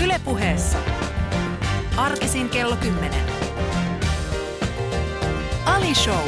Yle Puheessa. Arkisin kello 10. Ali Show.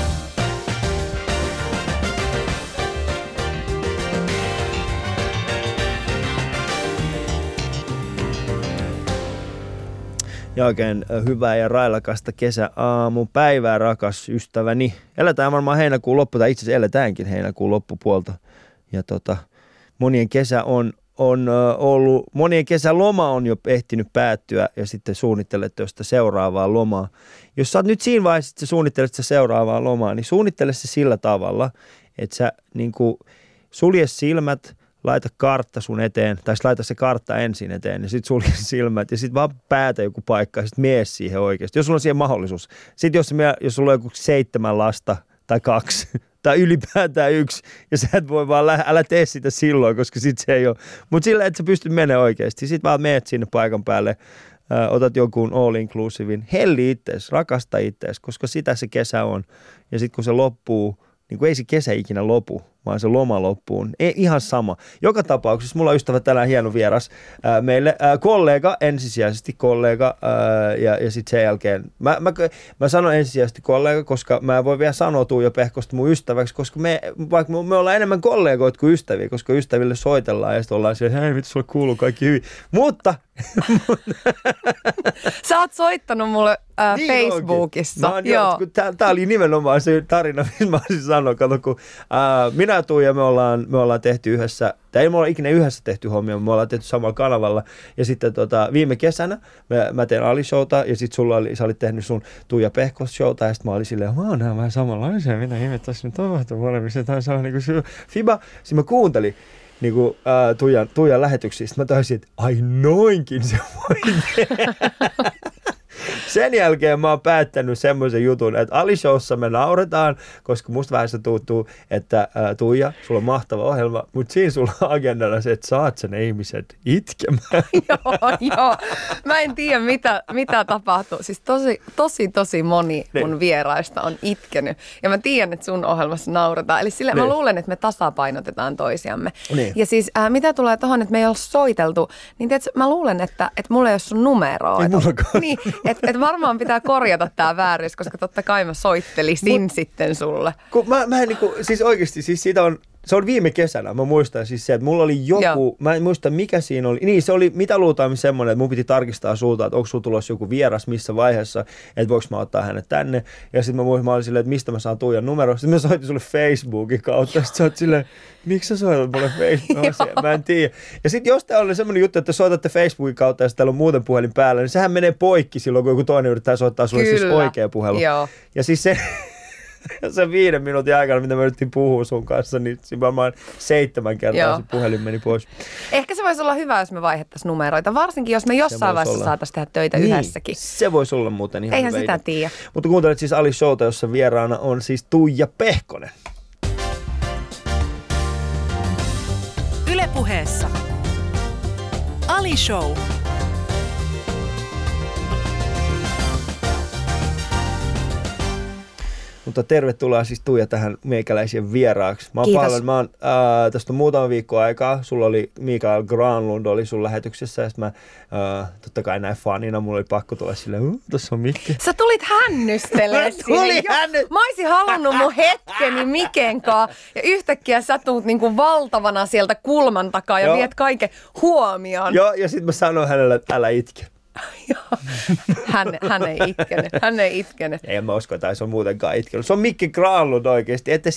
Ja oikein hyvää ja railakasta kesäaamupäivää, rakas ystäväni. Eletään varmaan heinäkuun loppu, tai itse asiassa eletäänkin heinäkuun loppupuolta. Ja monien kesä on ollut, monien kesäloma on jo ehtinyt päättyä ja sitten suunnittelet sitä seuraavaa lomaa. Jos sä oot nyt siinä vaiheessa, että sä suunnittelet sitä seuraavaa lomaa, niin suunnittele se sillä tavalla, että sä niin kuin sulje silmät, laita kartta sun eteen, tai laita se kartta ensin eteen, ja sitten sulje silmät, ja sitten vaan päätä joku paikka, ja sitten mene siihen oikeasti, jos sulla on siihen mahdollisuus. Sitten jos sulla on joku 7 lasta, tai 2, tai ylipäätään 1, ja sä et voi vaan, älä tee sitä silloin, koska sitten se ei ole. Mutta sillä, että sä pystyt menemään oikeasti. Sitten vaan menet sinne paikan päälle, otat jonkun all-inclusivin, helli ittees, rakasta ittees, koska sitä se kesä on. Ja sitten kun se loppuu, niin kun ei se kesä ikinä lopu, vaan se loma loppuun. Ei, ihan sama. Joka tapauksessa mulla on ystävä tänään hieno vieras meille. Kollega, ensisijaisesti kollega ja sitten sen jälkeen. Mä sanon ensisijaisesti kollega, koska mä voin vielä sanoa Tuija Pehkosta mun ystäväksi, koska vaikka me ollaan enemmän kollegoita kuin ystäviä, koska ystäville soitellaan ja sitten ollaan siellä, hei mitä sulle kuuluu kaikki hyvin. Mutta sä oot soittanut mulle Facebookissa. Tää oli nimenomaan se tarina, missä mä olisin sanoa. Kato, kun minä ja Tuija me ollaan tehty yhdessä, tai ei me olla ikinä yhdessä tehty hommia, me ollaan tehty samalla kanavalla. Ja sitten viime kesänä mä tein Ali-showta, ja sitten sä olit tehnyt sun Tuija Pehkos-showta, ja sitten mä olin silleen, mä oon nää vähän samanlaisia, mitä ihmettäisiin nyt tapahtuu molemmissa, tai se on niinku fiba. Sitten mä kuuntelin niinku Tuijan lähetyksistä, mä taisin, että ai noinkin se voi tehdä. Sen jälkeen mä oon päättänyt semmoisen jutun, että Ali-showssa me nauretaan, koska musta vähän se tuntuu, että Tuija, sulla on mahtava ohjelma, mutta siinä sulla on agendalla se, että saat sen ihmiset itkemään. Joo. Mä en tiedä, mitä tapahtuu. Siis tosi moni mun vieraista on itkenyt. Ja mä tiedän, että sun ohjelmassa nauretaan. Eli sille mä luulen, että me tasapainotetaan toisiamme. Niin. Ja siis mitä tulee tohon, että me ei ole soiteltu, niin tiedätkö, mä luulen, että mulla ei ole sun numeroa. Ei mullakaan. Niin, että varmaan pitää korjata tää vääryys, koska totta kai mä soittelisin sitten sulle. Mä en niinku, siis oikeasti, siis siitä on, se on viime kesänä, mä muistan siis se, että mulla oli joku, mä en muista mikä siinä oli, niin se oli mitä luultaan semmoinen, että mun piti tarkistaa sulta, että onko sulla tulossa joku vieras missä vaiheessa, että voiko mä ottaa hänet tänne, ja sitten mä olin silleen, että mistä mä saan Tuijan numero, sitten mä soitin sulle Facebookin kautta, ja sitten sä oot silleen, miksi sä soitat mulle Facebookin, mä en tiedä. Ja sitten jos tää on semmoinen juttu, että soitatte Facebookin kautta, ja sitten täällä on muuten puhelin päällä, niin sehän menee poikki silloin, kun joku toinen yrittää soittaa sulle siis oikea puhelu. Joo. Ja siis se 5 minuutin aikana, mitä me yritettiin puhua sun kanssa, niin siinä varmaan 7 kertaa se puhelin meni pois. Ehkä se voisi olla hyvä, jos me vaihdettaisiin numeroita, varsinkin jos me jossain vaiheessa saataisiin tehdä töitä yhdessäkin. Se voisi olla muuten ihan eihän hyvä sitä idea. tiedä. Mutta kuuntelet siis Ali-showta, jossa vieraana on siis Tuija Pehkonen. Yle Puheessa. Ali Show. Mutta tervetuloa siis Tuija tähän meikäläisien vieraaksi. Tästä on muutama viikko aikaa. Sulla oli Mikael Granlund oli sun lähetyksessä ja sitten mä totta kai näin fanina mulla oli pakko tulla silleen, tossa on Mikke. Sä tulit hännystelemään sinne. Mä oisin halunnut mun hetkeni Miken kanssa ja yhtäkkiä sä tuut niinku valtavana sieltä kulman takaa ja viet kaiken huomioon. Joo, ja sitten mä sanoin hänelle, että älä itke. Hän ei itkenyt. Ei mä usko, että se on muutenkaan itkenyt. Se on Mikke Granlund oikeesti. Et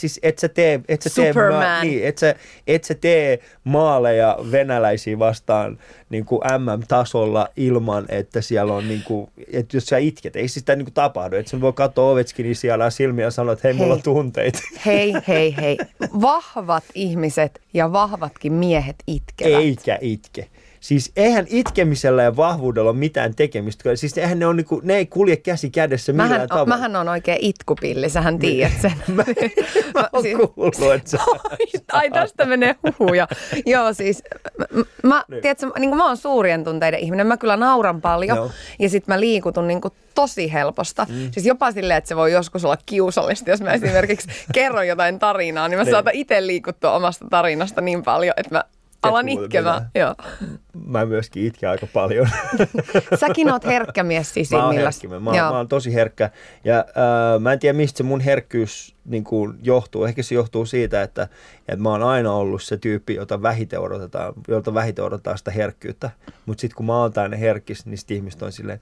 sä tee maaleja venäläisiä vastaan niin kuin MM-tasolla ilman, että siellä on niin kuin, että jos sä itket, ei sitä niin kuin tapahdu. Että sä voi katsoa Ovechkinin siellä silmiä ja sanoa, että hei, mulla on tunteita. Hei. Vahvat ihmiset ja vahvatkin miehet itkevät. Eikä itke. Siis eihän itkemisellä ja vahvuudella ole mitään tekemistä. Siis eihän ne ei kulje käsi kädessä millään tavalla. Mähän on oikein itkupilli, sähän tiedät sen. Mä oon kuullut, että sä... Ai tästä menee huhuja. Joo siis, tiedätkö, niin mä oon suurien tunteiden ihminen. Mä kyllä nauran paljon ja sit mä liikutun niin kuin tosi helposta. Siis jopa silleen, että se voi joskus olla kiusallista, jos mä esimerkiksi kerron jotain tarinaa, niin mä saatan itse liikuttua omasta tarinasta niin paljon, että mä Alan itkemään, joo. Mä myöskin itken aika paljon. Säkin oot herkkä mies sisimmilläsi. Mä oon tosi herkkä. Ja mä en tiedä, mistä se mun herkkyys niin kuin johtuu. Ehkä se johtuu siitä, että mä oon aina ollut se tyyppi, jolta vähiten odotetaan sitä herkkyyttä. Mutta sitten kun mä oon tämmöinen herkkis, niin sitten ihmiset on silleen,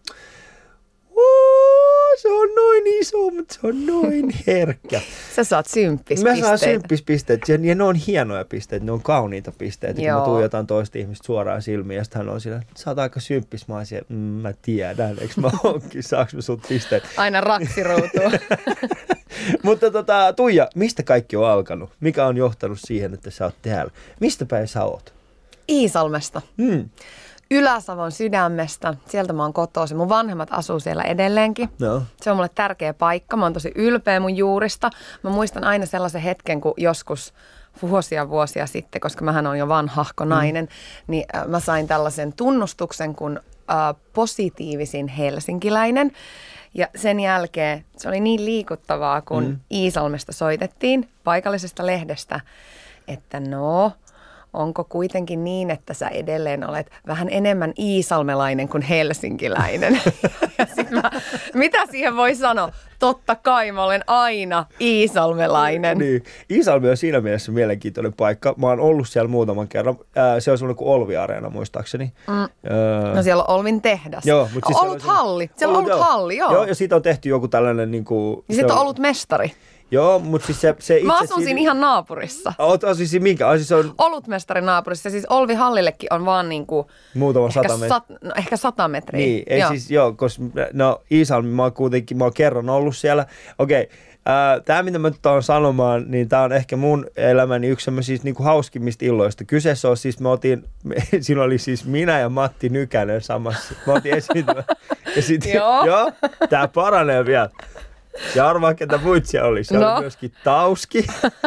se on noin iso, mutta se on noin herkkä. Sä saat symppispisteitä. Mä saan symppispisteitä ja ne on hienoja pisteitä, ne on kauniita pisteitä. Kun mä tuijotan toista ihmistä suoraan silmiin ja sitten hän on sillä, sä oot aika symppis. Mä oon siellä, mä tiedän, eikö mä oonkin, saaks mä sut pisteet? Aina raksiruutua. Mutta Tuija, mistä kaikki on alkanut? Mikä on johtanut siihen, että sä oot täällä? Mistä päin sä oot? Iisalmesta. Ylä-Savon sydämestä. Sieltä mä oon kotoisin. Mun vanhemmat asuu siellä edelleenkin. No. Se on mulle tärkeä paikka. Mä oon tosi ylpeä mun juurista. Mä muistan aina sellaisen hetken, kun joskus vuosia sitten, koska mähän on jo vanhahko nainen, niin mä sain tällaisen tunnustuksen kuin positiivisin helsinkiläinen. Ja sen jälkeen se oli niin liikuttavaa, kun Iisalmesta soitettiin paikallisesta lehdestä, että onko kuitenkin niin, että sä edelleen olet vähän enemmän iisalmelainen kuin helsinkiläinen? Ja mitä siihen voi sanoa? Totta kai mä olen aina iisalmelainen. Niin. Iisalmi on siinä mielessä mielenkiintoinen paikka. Mä oon ollut siellä muutaman kerran. Se on semmoinen kuin Olvi-areena muistaakseni. No siellä on Olvin tehdas. Joo, mutta siis ollut halli. Siellä on ollut halli, joo. Joo, ja siitä on tehty joku tällainen niin kuin... Ja sitten on ollut mestari. Joo, mutta siis se itse... Mä asun siinä ihan naapurissa. Oot asuisin minkä? Siis on... Olutmestarin naapurissa. Siis Olvi hallillekin on vaan niinku... Muutama 100 metriä. Ehkä 100 metriä. Niin, ei siis koska Iisalmi, mä oon kerran ollut siellä. Okei, tämä mitä mä nyt oon sanomaan, niin tää on ehkä mun elämäni yksi semmoisista niinku hauskimmista illoista. Kyseessä on siis, siinä oli siis minä ja Matti Nykänen samassa. Mä otin esiintymään. Ja sitten, joo, tää paranee vielä. Ja arvaa, ketä muut siellä oli. Siellä oli myöskin Tauski.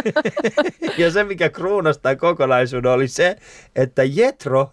Ja se, mikä kruunasi tämän kokonaisuuden, oli se, että Jetro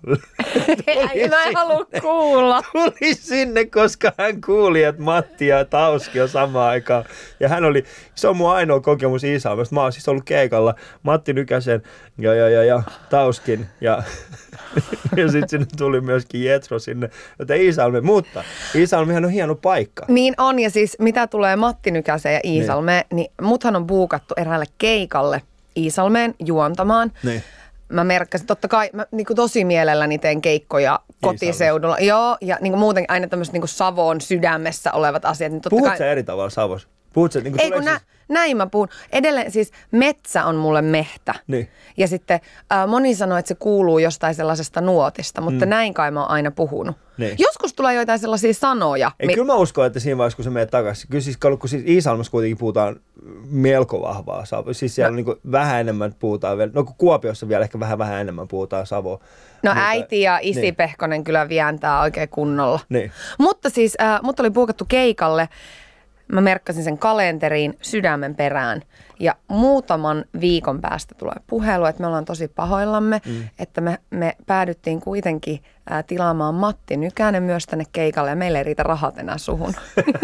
mä en halua kuulla. Tuli sinne, koska hän kuuli, että Matti ja Tauski on samaan aikaan. Ja se on mun ainoa kokemus Iisalmesta. Mä oon siis ollut keikalla Matti Nykäsen ja Tauskin. Ja sitten sinne tuli myöskin Jetro sinne. Joten Iisalmihan on hieno paikka. Niin on, ja siis mitä tulee Matti Nykäseen ja Iisalmeen, niin muthan on buukattu eräälle keikalle Iisalmeen juontamaan. Niin. Mä merkkasin, totta kai, mä niin kuin tosi mielelläni teen keikkoja kotiseudulla. Joo, ja niin kuin muuten aina tämmöiset niin kuin Savon sydämessä olevat asiat. Niin puhut sä eri tavalla Savossa? Niin ei kun näin mä puhun. Edelleen siis metsä on mulle mehtä. Niin. Ja sitten moni sanoo, että se kuuluu jostain sellaisesta nuotista, mutta näin kai mä oon aina puhunut. Niin. Joskus tulee joitain sellaisia sanoja. Kyllä mä uskon, että siinä vaiheessa, kun sä menet takaisin. Kyllä siis, kun Iisalmassa kuitenkin puhutaan melko vahvaa Savoa. Siis siellä niin kuin vähän enemmän puhutaan vielä. No kun Kuopiossa vielä ehkä vähän enemmän puhutaan Savoa. No mutta, äiti ja isi niin. Pehkonen kyllä vientää oikein kunnolla. Niin. Mutta siis mut oli buukattu keikalle. Mä merkkasin sen kalenteriin sydämen perään ja muutaman viikon päästä tulee puhelu, että me ollaan tosi pahoillamme, että me päädyttiin kuitenkin tilaamaan Matti Nykänen myös tänne keikalle ja meillä ei riitä rahat enää suhun.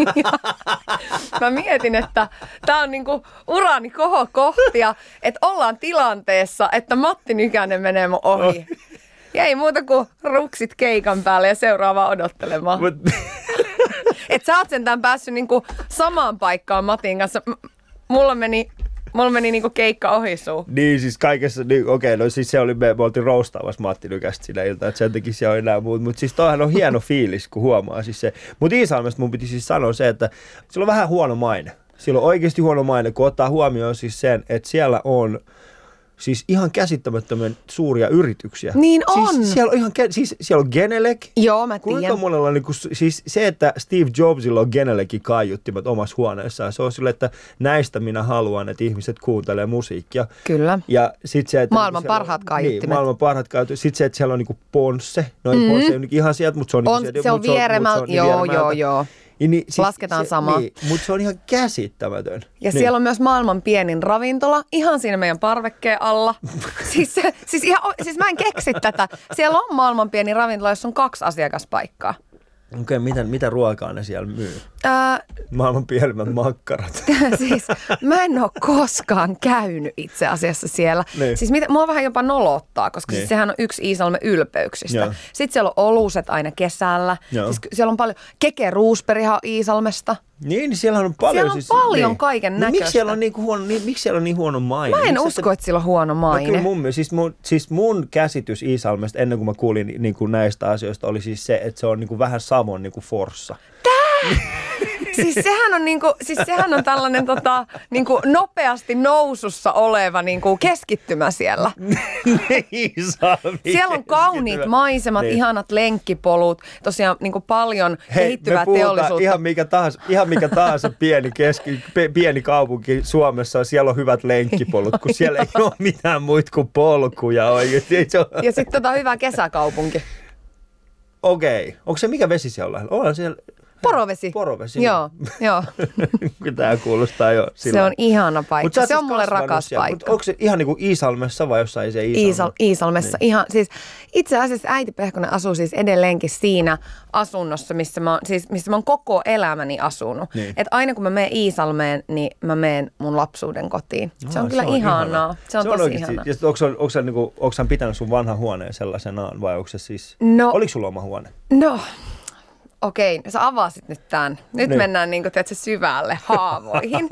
Mä mietin, että tää on niinku urani kohokohtia, että ollaan tilanteessa, että Matti Nykänen menee mun ohi. Ja ei muuta kuin ruksit keikan päälle ja seuraavaa odottelemaan. Että sä oot sentään päässyt niinku samaan paikkaan Matin kanssa. Mulla meni niinku keikka ohi suu. Niin siis kaikessa, niin, okei, no siis se oli, me oltiin roustaamassa Matti Nykästä siinä iltaa, että sen takia siellä oli enää muut. Mutta siis toihan on hieno fiilis, kun huomaa siis se. Mutta Iisalmesta mun piti siis sanoa se, että sillä on vähän huono maine. Sillä on oikeasti huono maine, kun ottaa huomioon siis sen, että siellä on siis ihan käsittämättömän suuria yrityksiä. Niin on. Siis siellä on siellä on Genelec. Joo, mä tiedän. Kuinka monella niin siis se, että Steve Jobsilla on Genelecin kaiuttimet omassa huoneessaan, se on sille, että näistä minä haluan, että ihmiset kuuntelee musiikkia. Kyllä. Ja sit se, että maailman parhaat kaiuttimet. Niin, maailman parhaat kaiuttimet. Sitten se, että siellä on niinku Ponsse. No ei Ponsse ei ihan sieltä, mutta se on niinku se on vieremältä. Joo. Niin, siis lasketaan samaa. Niin, mutta se on ihan käsittämätön. Ja siellä on myös maailman pienin ravintola, ihan siinä meidän parvekkeen alla. siis mä en keksi tätä. Siellä on maailman pieni ravintola, jossa on 2 asiakaspaikkaa. Okei, mitä ruokaa ne siellä myy? Maailman pienimmät makkarat. Siis mä en ole koskaan käynyt itse asiassa siellä. Niin. Siis mua vähän jopa nolottaa, koska Niin. siis sehän on yksi Iisalmen ylpeyksistä. Joo. Sitten siellä on oluset aina kesällä. Joo. Siis siellä on paljon, Keke Roosberghan on Iisalmesta. Niin, siellä on paljon. Siellä on paljon kaiken näköistä. Miksi siellä on miksi siellä on niin huono maine? Mä en Miksi usko, että sillä on huono maine. No kyllä siis mun käsitys Iisalmesta ennen kuin mä kuulin niin kuin näistä asioista oli siis se, että se on niin kuin vähän Savon niin kuin Forssa. Siis sehän on tällainen niinku nopeasti nousussa oleva niinku keskittymä siellä. Siellä on kauniit maisemat, niin. ihanat lenkkipolut, tosiaan niinku paljon kehittyvää teollisuutta. Ihan mikä tahansa pieni kaupunki Suomessa, siellä on hyvät lenkkipolut, kun siellä ei ole mitään muita kuin polkuja oikeasti. Ja sitten hyvä kesäkaupunki. Okei. Onko se mikä vesi siellä on lähellä? Onhan siellä... Porovesi. Joo. Tämä kuulostaa jo sillä. Se on ihana paikka. Se on siis mulle rakas siellä. paikka. Onko se ihan niin kuin Iisalmessa vai jossain se Iisalmessa. Niin. Ihan, siis itse asiassa äiti Pehkonen asuu siis edelleenkin siinä asunnossa, missä mä oon koko elämäni asunut. Niin. Et aina kun mä menen Iisalmeen, niin mä menen mun lapsuuden kotiin. Se on kyllä ihanaa. Se on tosi ihanaa. Ja onko hän pitänyt sun vanhan huoneen sellaisenaan vai onko se siis... Oliko sulla oma huone? No... Okei, sä avasit nyt tämän. Nyt niin. mennään syvälle haavoihin.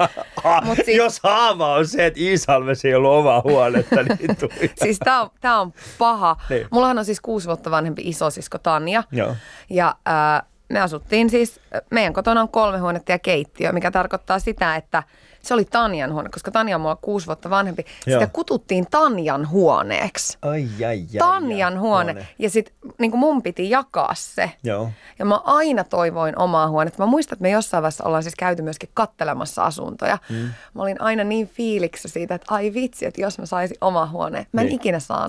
Jos haava on se, että Iisalmessa ei ollut omaa huonetta, niin tuli. Siis tää on paha. Niin. Mullahan on siis 6 vuotta vanhempi isosisko Tanja. Joo. Ja me asuttiin siis, meidän kotona on 3 huonetta ja keittiö, mikä tarkoittaa sitä, että se oli Tanjan huone, koska Tanja on mulla 6 vuotta vanhempi. Joo. Sitä kututtiin Tanjan huoneeksi. Ai. Tanjan huone. Ja sit niin mun piti jakaa se. Joo. Ja mä aina toivoin omaa huonetta. Mä muistan, että me jossain vaiheessa ollaan siis käyty myöskin kattelemassa asuntoja. Mä olin aina niin fiiliksissä siitä, että ai vitsi, että jos mä saisin oma huoneen. Mä en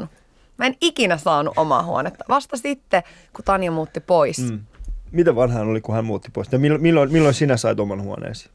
ikinä saanut omaa huonetta. Vasta sitten, kun Tanja muutti pois. Mitä vanha hän oli, kun hän muutti pois? Ja milloin sinä sait oman huoneesi?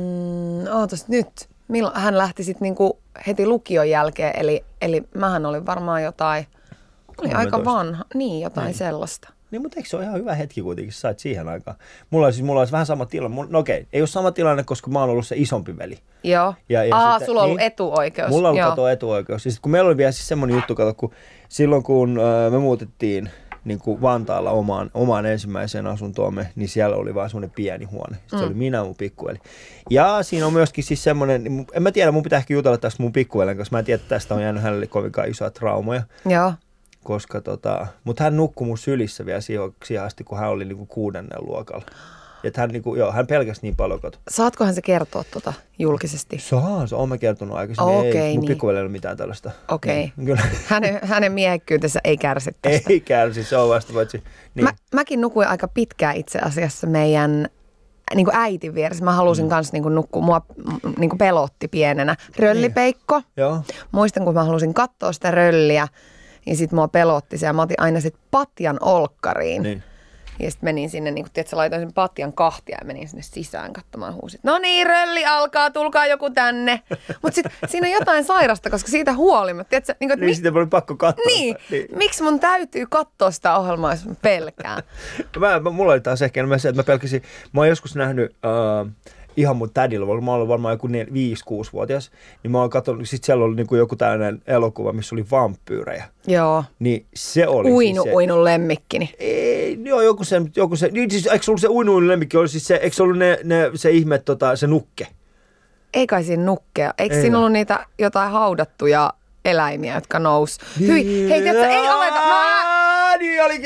Ootas nyt. Milloin hän lähti sitten niinku heti lukion jälkeen, eli mähän olin varmaan jotain, oli aika vanha, jotain sellaista. Niin, mutta eikö se ole ihan hyvä hetki kuitenkin, sait siihen aikaan? Mulla olisi vähän sama tilanne. No okei, ei ole sama tilanne, koska mä oon ollut se isompi veli. Joo. Sulla on ollut etuoikeus. Mulla on ollut etuoikeus. Ja sitten kun meillä oli vielä siis semmoinen juttu, kun silloin kun me muutettiin niin kuin Vantaalla omaan ensimmäiseen asuntoomme, niin siellä oli vaan semmoinen pieni huone. Sitten se oli minä ja mun pikkuveli. Ja siinä on myöskin siis semmoinen, en mä tiedä, mun pitää ehkä jutella tästä mun pikkuvelen, koska mä en tiedä, että tästä on jäänyt hänelle kovinkaan isoja traumoja. Joo. Koska mutta hän nukkui mun sylissä vielä siihen asti, kun hän oli niin kuin 6. luokalla. Että hän pelkäsi niin paljon. Saatkohan se kertoa julkisesti? Oon mä kertonut aikaisemmin. Ei, mun pikkuveli ei ole mitään tällaista. Okei. Niin, hänen miehekkyytensä ei kärsi tästä. Ei kärsi, se on vasta paitsi. Niin. Mäkin nukuin aika pitkään itse asiassa meidän niin kuin äitin vieressä. Mä halusin kanssa niin kuin nukkua. Mua niin kuin pelotti pienenä. Röllipeikko. Joo. Muistan, kun mä halusin katsoa sitä rölliä, niin sit mua pelotti se. Ja mä otin aina sit patjan olkkariin. Niin. Ja sitten menin sinne, niin kun laitoin sen patjan kahtia ja menin sinne sisään katsomaan huusit. No niin, rölli alkaa, tulkaa joku tänne. Mutta sitten siinä on jotain sairasta, koska siitä huolimatta. Niin, sitä oli pakko katsoa. Niin, miksi mun täytyy katsoa sitä ohjelmaa, jos mä pelkään? Mulla oli taas ehkä enemmän se, että mä pelkäsin. Mä oon joskus nähnyt... ihan mun tädillä, mä olin varmaan joku 5-6-vuotias, niin mä oon katsonut, sit siellä oli niinku joku tällainen elokuva, missä oli vampyyrejä. Joo. Niin se oli Uinun lemmikkini. Ei, joo, joku se, niin siis eikö se ollut se uinun lemmikki, oli siis se, eikö se ollut se ihme, se nukke? Ei kai siinä nukkea. Eikö siinä ollut niitä jotain haudattuja eläimiä, jotka nousi? Hyi, hei, tiedätkö, ei oleta. Niin olikin.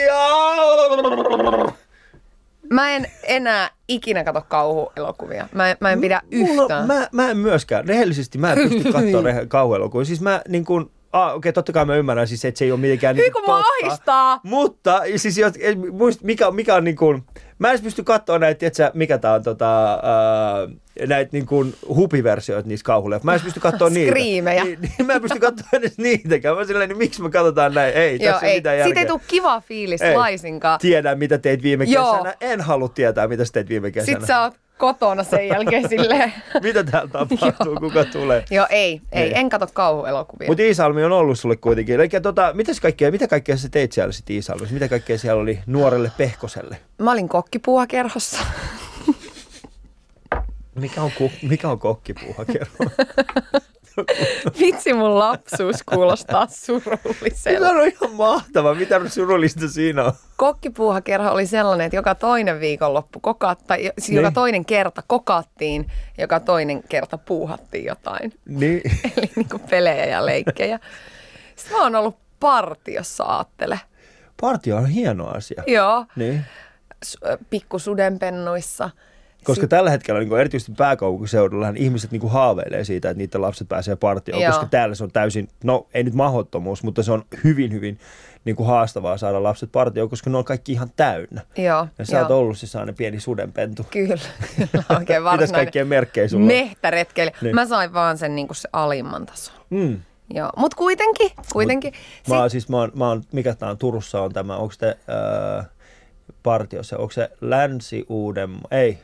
Mä en enää ikinä katso kauhuelokuvia. Mä en pidä yhtään. Mä en myöskään. Rehellisesti mä en pysty katsoa kauhuelokuvia. Siis mä niin kuin... Okei, totta kai mä ymmärrän siis, että se ei ole mitenkään niin kun totta. Mä ahistaa! Mutta siis mikä on niin kuin... Mä en pysty katsoa näitä, tietsä, mikä tää on näitä niin kuin hupiversioita niistä kauhuille. Mä en pysty katsoa niitä. Skriimejä. Mä en pysty katsoa edes niitäkään. Mä silleen, niin miksi me katsotaan näin? Ei, tässä ei mitään järkeä. Siitä ei tule kiva fiilis laisinkaan. Tiedän, mitä teit viime kesänä. En halua tietää, mitä sä teit viime kesänä. Sitten sä oot kotona sen jälkeen silleen. Mitä täällä tapahtuu, kuka tulee? Joo, ei, en katso kauhuelokuvia. Mutta Iisalmi on ollut sulle kuitenkin. Eli mitä kaikkea sä teit siellä sit Iisalmissa? Mitä kaikkea siellä oli nuorelle Pehkoselle? Mä olin kokkipuuhakerhossa. Mikä on kokkipuuhakerho? Vitsi, mun lapsuus kuulostaa surulliselta. Se on ihan mahtavaa. Mitä surullista siinä on? Kokkipuuhakerho oli sellainen, että joka toinen viikonloppu joka toinen kerta kokattiin, joka toinen kerta puuhattiin jotain. Niin. Eli niin kuin pelejä ja leikkejä. Sitten mä oon ollut partiossa, aattele. Partio on hieno asia. Joo. Niin. Pikkusudenpennuissa. Koska tällä hetkellä niin erityisesti pääkaupunkiseudulla ihmiset niin haaveilee siitä, että niiden lapset pääsee partioon, koska täällä se on täysin, no ei nyt mahdottomuus, mutta se on hyvin, hyvin niin haastavaa saada lapset partioon, koska ne on kaikki ihan täynnä. Joo, ja sä oot ollut siis sellainen pieni sudenpentu. Kyllä, oikein varsinainen. Mitäs kaikkea merkkejä sulla on? Mehtäretkeilijä. Niin. Mä sain vaan sen, niin se alimman tason. Joo, mutta kuitenkin. Mikä tää on, Turussa on tämä, onko se partiossa, onko se Länsi-Uudenmaa, ei.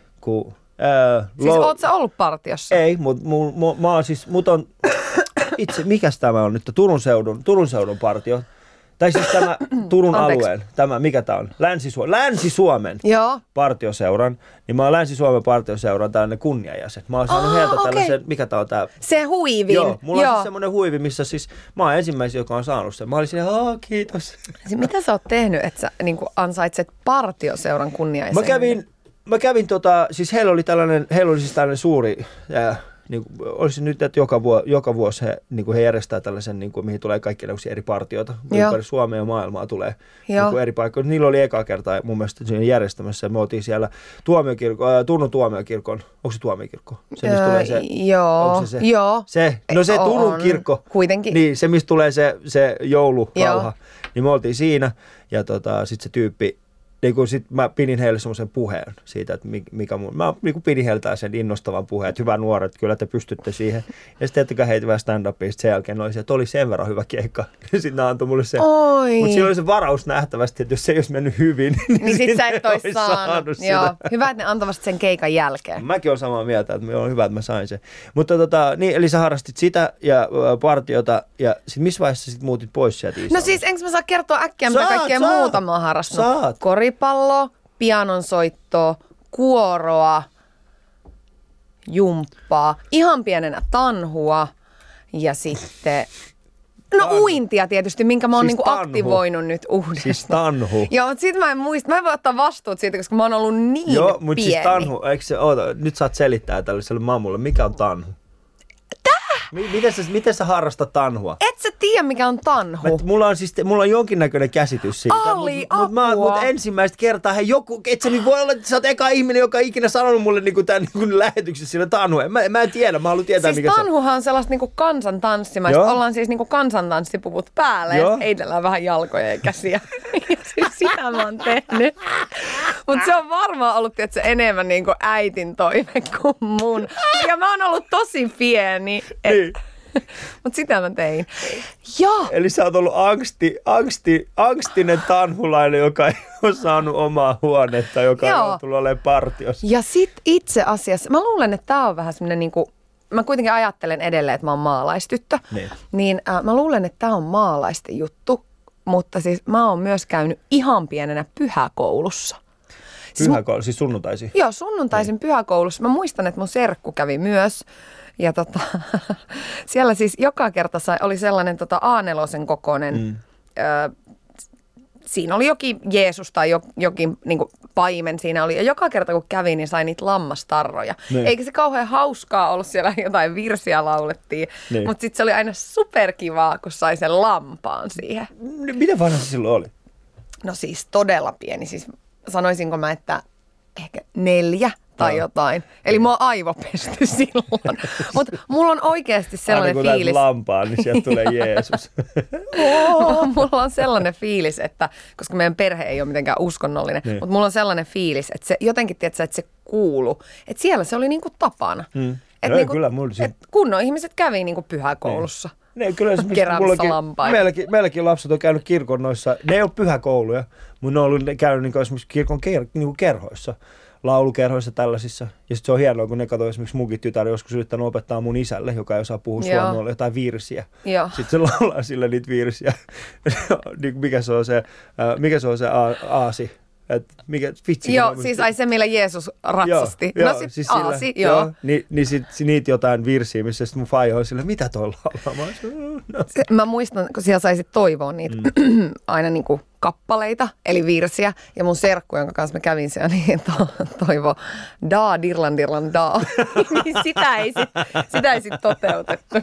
Oot sä ollut partiossa? Ei, mut on itse, mikäs tämä on nyt, Turun seudun partio, tai siis tämä Turun alueen, mikä tämä on, Länsi-Suomen partioseuran, niin mä oon Länsi-Suomen partioseuran tällainen kunniajäsen. Mä oon saanut heiltä tällaisen, mikä tää on tää? Se huivi. Joo, mulla on siis semmoinen huivi, missä siis mä oon ensimmäisen, joka on saanut sen. Mä olin siinä, kiitos. Mitä sä oot tehnyt, että sä niin ansaitset partioseuran kunniajäsen? Mä kävin siis heillä oli tällainen suuri, niin kuin, olisi nyt, että joka vuosi he järjestää tällaisen, niin kuin, mihin tulee kaikki eri partioita. Ympäri Suomea ja maailmaa tulee niin eri paikkoja. Niillä oli eka kertaa mun mielestä siinä järjestämässä. Me oltiin siellä Turun tuomiokirkon, onko se tuomiokirkko? Se, mistä tulee se, onko se? Joo. Se Turun kirkko. Kuitenkin. Niin, se mistä tulee se joulurauha. Niin me oltiin siinä ja sitten se tyyppi, niin sit mä pidin heille semmoisen puheen siitä, että mä niin pidin heiltä sen innostavan puheen, että hyvä nuoret, kyllä te pystytte siihen. Ja sitten ettekä heitä vähän stand-upia, sen jälkeen oli sen verran hyvä keikka. Sitten ne antoi mulle sen. Mutta siinä oli se varaus nähtävästi, että jos se ei olisi mennyt hyvin, niin sit sä et olisi saanut. Joo. Hyvä, että ne antavat sen keikan jälkeen. Mäkin olen samaa mieltä, että on hyvä, että mä sain sen. Mutta niin, eli sä harrastit sitä ja partiota, ja sitten missä vaiheessa sit muutit pois sieltä Iisalmesta? No siis, enkö mä saa kertoa äkkiä, mitä kaikkea muuta mä oon harrastanut? Koripallo, pianonsoittoa, kuoroa, jumppaa, ihan pienenä tanhua ja sitten uintia tietysti, minkä mä oon siis aktivoinut nyt uudestaan. Siis tanhu. Joo, mutta sit mä en muista, mä en voi ottaa vastuut siitä, koska mä oon ollut niin pieni. Joo, mutta siis tanhu, nyt saat selittää tällaiselle mammulle, mikä on tanhu? Miten sä harrastat tanhua? Et sä tiedä, mikä on tanhu. Mulla on jonkinnäköinen käsitys siitä. Mutta ensimmäistä kertaa et sä nyt voi olla, että sä oot eka ihminen, joka on ikinä sanonut mulle tämän lähetyksessä siinä tanhu. Mä en tiedä, mä haluan tietää, siis mikä se on. Tanhuhan on sellaista kansantanssimaista. Ollaan siis kansantanssipuvut päällä ja heitellään vähän jalkoja ja käsiä. Ja siis sitä mä oon tehnyt. Mutta se on varmaan ollut enemmän äitin toive kuin mun. Ja mä oon ollut tosi pieni. Niin. Mutta sitä mä tein. Joo. Eli sä oot ollut angstinen tanhulainen, joka ei ole saanut omaa huonetta, joka on tullut olemaan partiossa. Ja sit itse asiassa, mä luulen, että tää on vähän semmoinen mä kuitenkin ajattelen edelleen, että mä oon maalaistyttö. Niin mä luulen, että tää on maalaisten juttu, mutta siis mä oon myös käynyt ihan pienenä pyhäkoulussa. Siis sunnuntaisin? Joo, sunnuntaisin pyhäkoulussa. Mä muistan, että mun serkku kävi myös. Ja siellä siis joka kerta oli sellainen A4 kokoinen, siinä oli jokin Jeesus tai jokin paimen siinä oli. Ja joka kerta kun kävi, niin sai niitä lammastarroja. Eikä se kauhean hauskaa ollut, siellä jotain virsiä laulettiin. Mutta sitten se oli aina superkivaa, kun sai sen lampaan siihen. Miten vanha se silloin oli? No siis todella pieni. Siis sanoisinko mä, että ehkä 4 tai jotain. Eli mua on aivopesty silloin. Mutta mulla on oikeasti sellainen fiilis. Aina kun lampaan, niin sieltä tulee Jeesus. Mulla on sellainen fiilis, että koska meidän perhe ei ole mitenkään uskonnollinen, mutta mulla on sellainen fiilis, että se jotenkin, että se kuuluu. Että siellä se oli niinku tapana. Että kyllä, kunnon ihmiset kävi niinku pyhäkoulussa. Kyllä keräämässä lampaita. Meilläkin lapset on käynyt kirkon noissa, ne ei ole pyhäkouluja, mutta ne on käynyt esimerkiksi kirkon kerhoissa laulukerhoissa tällaisissa. Ja sitten se on hienoa, kun ne katsoo esimerkiksi munkin tytär joskus yrittänyt opettaa mun isälle, joka ei osaa puhua suomea, jotain virsiä. Joo. Sitten se laulaa sille niitä virsiä. mikä se on se aasi? Joo, siis ai se, millä Jeesus ratsasti. Joo, no sit siis aasi, joo. Niin sit niitä jotain virsiä, missä sit mun faija on silleen, mitä toi laulaa? Mä muistan, kun siellä saisit toivoa niitä aina niinku kappaleita, eli virsiä. Ja mun serkku, jonka kanssa mä kävin siellä, niin toivo daa, dirlan, dirlan, daa. Niin sitä ei sit toteutettu.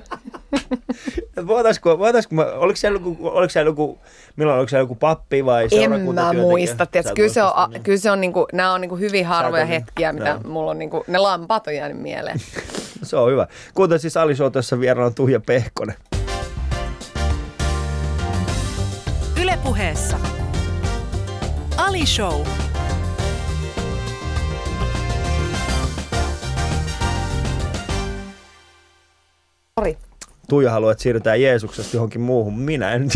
Oliko siellä joku pappi vai seurakuntatyöntekijä? En mä muista. Kyllä se on niinku, nämä on niinku hyvin harvoja hetkiä, mitä mulla on niinku, ne lampaat on jäänyt mieleen. Se on hyvä. Kuten siis Ali Showssa vieraana Tuija Pehkonen. Yle Puheessa Ali Show. Sori. Tuija haluaa, että siirrytään Jeesuksesta johonkin muuhun. Minä en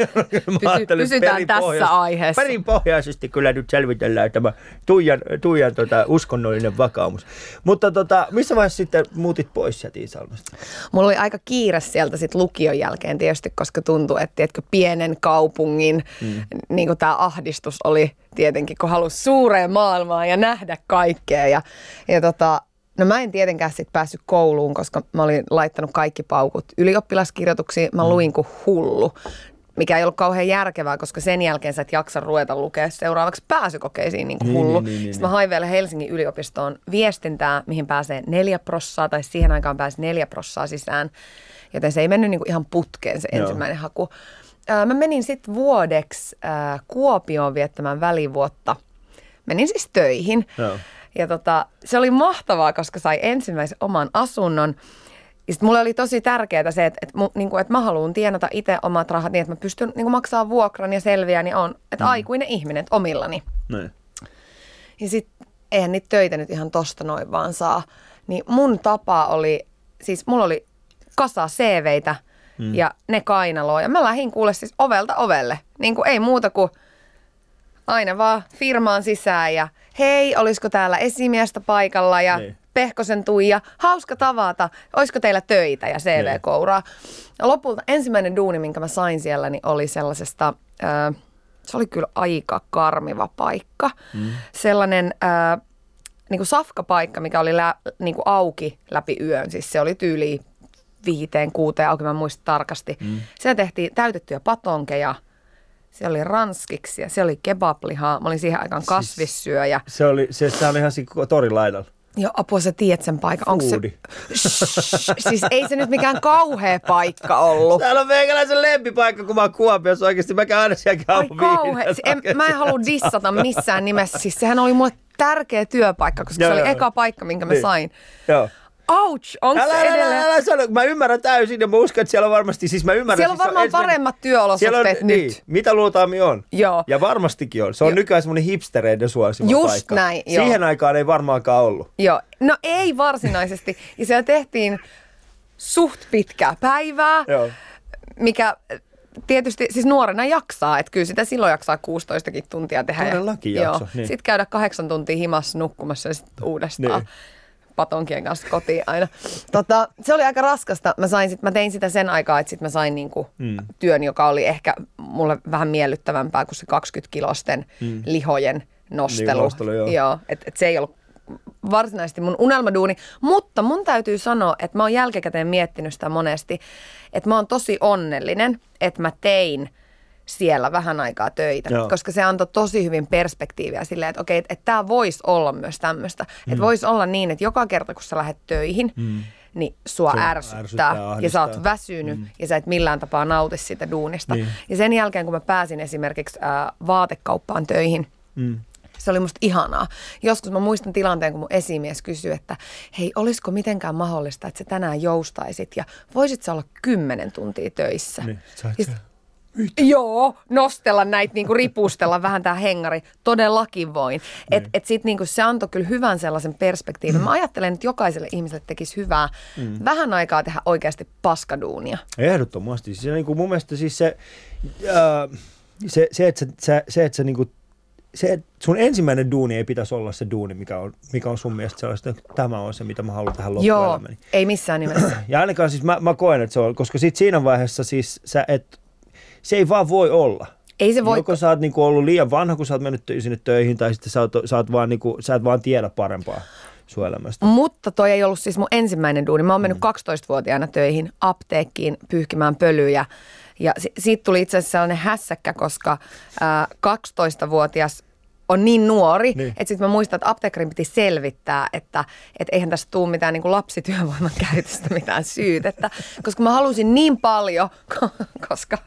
Pysytään tässä aiheessa. Perinpohjaisesti kyllä nyt selvitellään tämä Tuijan uskonnollinen vakaumus. Mutta missä vaiheessa sitten muutit pois sieltä Iisalmesta? Mulla oli aika kiire sieltä sit lukion jälkeen tietysti, koska tuntui, että tiedätkö, pienen kaupungin niin kuin tämä ahdistus oli tietenkin, kun halusi suureen maailmaan ja nähdä kaikkea. No mä en tietenkään sit päässyt kouluun, koska mä olin laittanut kaikki paukut ylioppilaskirjoituksiin. Mä luin kuin hullu, mikä ei ollut kauhean järkevää, koska sen jälkeen sä et jaksa ruveta lukea seuraavaksi pääsykokeisiin niin kuin hullu. Sitten mä hain vielä Helsingin yliopistoon viestintää, mihin pääsee 4%, tai siihen aikaan pääsi 4% sisään. Joten se ei mennyt niin kuin ihan putkeen se ensimmäinen haku. Mä menin sitten vuodeksi Kuopioon viettämään välivuotta. Menin siis töihin. Joo. Ja se oli mahtavaa, koska sai ensimmäisen oman asunnon. Ja sitten mulle oli tosi tärkeää se, että mä haluan tienata itse omat rahat niin, että mä pystyn maksamaan vuokran ja selviää, niin on, että aikuinen ihminen, että omillani. Näin. Ja sitten eihän niitä töitä nyt ihan tosta noin vaan saa. Niin mun tapa oli, siis mulla oli kasa CVitä ja ne kainaloa. Ja mä lähdin kuule siis ovelta ovelle. Niin kuin ei muuta kuin aina vaan firmaan sisään ja hei, olisiko täällä esimiestä paikalla ja Pehkosen Tuija, hauska tavata, olisiko teillä töitä ja CV-kouraa. Ja lopulta ensimmäinen duuni, minkä mä sain siellä, niin oli sellaisesta, se oli kyllä aika karmiva paikka. Sellainen niin kuin safkapaikka, mikä oli niin kuin auki läpi yön, siis se oli tyyliin 5-6 auki, mä muistan tarkasti. Siellä tehtiin täytettyjä patonkeja. Se oli ranskiksi ja se oli kebablihaa. Mä olin siihen aikaan kasvissyöjä. Se oli ihan siinä torin laidalla. Joo, apua, sä tiedät sen paikan. Onko se? Siis ei se nyt mikään kauhea paikka ollut. Täällä on meikäläisen lempipaikka, kun mä oon Kuopiossa oikeasti. Mä käyn aina siellä Mä en halua dissata missään nimessä. Siis sehän oli mulle tärkeä työpaikka, koska se oli eka paikka, minkä mä sain. Joo. Ouch, onko se edelleen? Älä sano, mä ymmärrän täysin ja mä uskon, että siellä on varmasti, siis mä ymmärrän. Siellä on varmaan paremmat työolosuhteet nyt. Niin, mitä luultaan on. Joo. Ja varmastikin on. Se on nykyään semmoinen hipstereiden suosima paikka. Just näin, joo. Siihen aikaan ei varmaankaan ollut. Joo, no ei varsinaisesti. Ja siellä tehtiin suht pitkää päivää, mikä tietysti siis nuorena jaksaa. Että kyllä sitä silloin jaksaa 16 tuntia tehdä. Todellakin jakso. Niin. Sitten käydä 8 tuntia himassa nukkumassa ja sitten uudestaan. Niin. Patonkien kanssa kotiin aina. Se oli aika raskasta. Mä tein sitä sen aikaa, että sit mä sain niinku työn, joka oli ehkä mulle vähän miellyttävämpää kuin se 20-kilosten lihojen nostelu. Joo, et se ei ollut varsinaisesti mun unelmaduuni. Mutta mun täytyy sanoa, että mä oon jälkikäteen miettinyt sitä monesti, että mä oon tosi onnellinen, että mä tein siellä vähän aikaa töitä, koska se antoi tosi hyvin perspektiiviä silleen, että okei, että tämä voisi olla myös tämmöistä. Että voisi olla niin, että joka kerta kun sä lähdet töihin, niin sua ärsyttää ja sä oot väsynyt ja sä et millään tapaa nauti siitä duunista. Ja sen jälkeen, kun mä pääsin esimerkiksi vaatekauppaan töihin, se oli musta ihanaa. Joskus mä muistan tilanteen, kun mun esimies kysyi, että hei, olisiko mitenkään mahdollista, että sä tänään joustaisit ja voisit sä olla 10 tuntia töissä. Niin, joo, nostella näitä, niinku ripustella vähän tää hengari. Todellakin voin. Et sit niinku se antoi kyllä hyvän sellaisen perspektiivin. Mä ajattelen, että jokaiselle ihmiselle tekisi hyvää vähän aikaa tehdä oikeasti paskaduunia. Ehdottomasti. Siis, niinku mun mielestä siis että sä niinku se, sun ensimmäinen duuni ei pitäisi olla se duuni, mikä on sun mielestä sellaista, että tämä on se, mitä mä haluan tähän loppuelämäni. Joo, ei missään nimessä. Ja ainakaan siis mä koen, että se on, koska sit siinä vaiheessa siis se ei vaan voi olla. Ei se voi. Joko sä oot niinku ollut liian vanha, kun sä oot mennyt sinne töihin, tai sitten sä et vaan tiedä parempaa sun elämästä. Mutta toi ei ollut siis mun ensimmäinen duuni. Mä oon mennyt 12-vuotiaana töihin apteekkiin pyyhkimään pölyjä. Ja siitä tuli itse asiassa sellainen hässäkkä, koska 12-vuotias on niin nuori, että sitten mä muistan, että apteekkarin piti selvittää, että eihän tässä tule mitään niin kuin lapsityövoiman käytöstä mitään syytettä. Koska mä halusin niin paljon, koska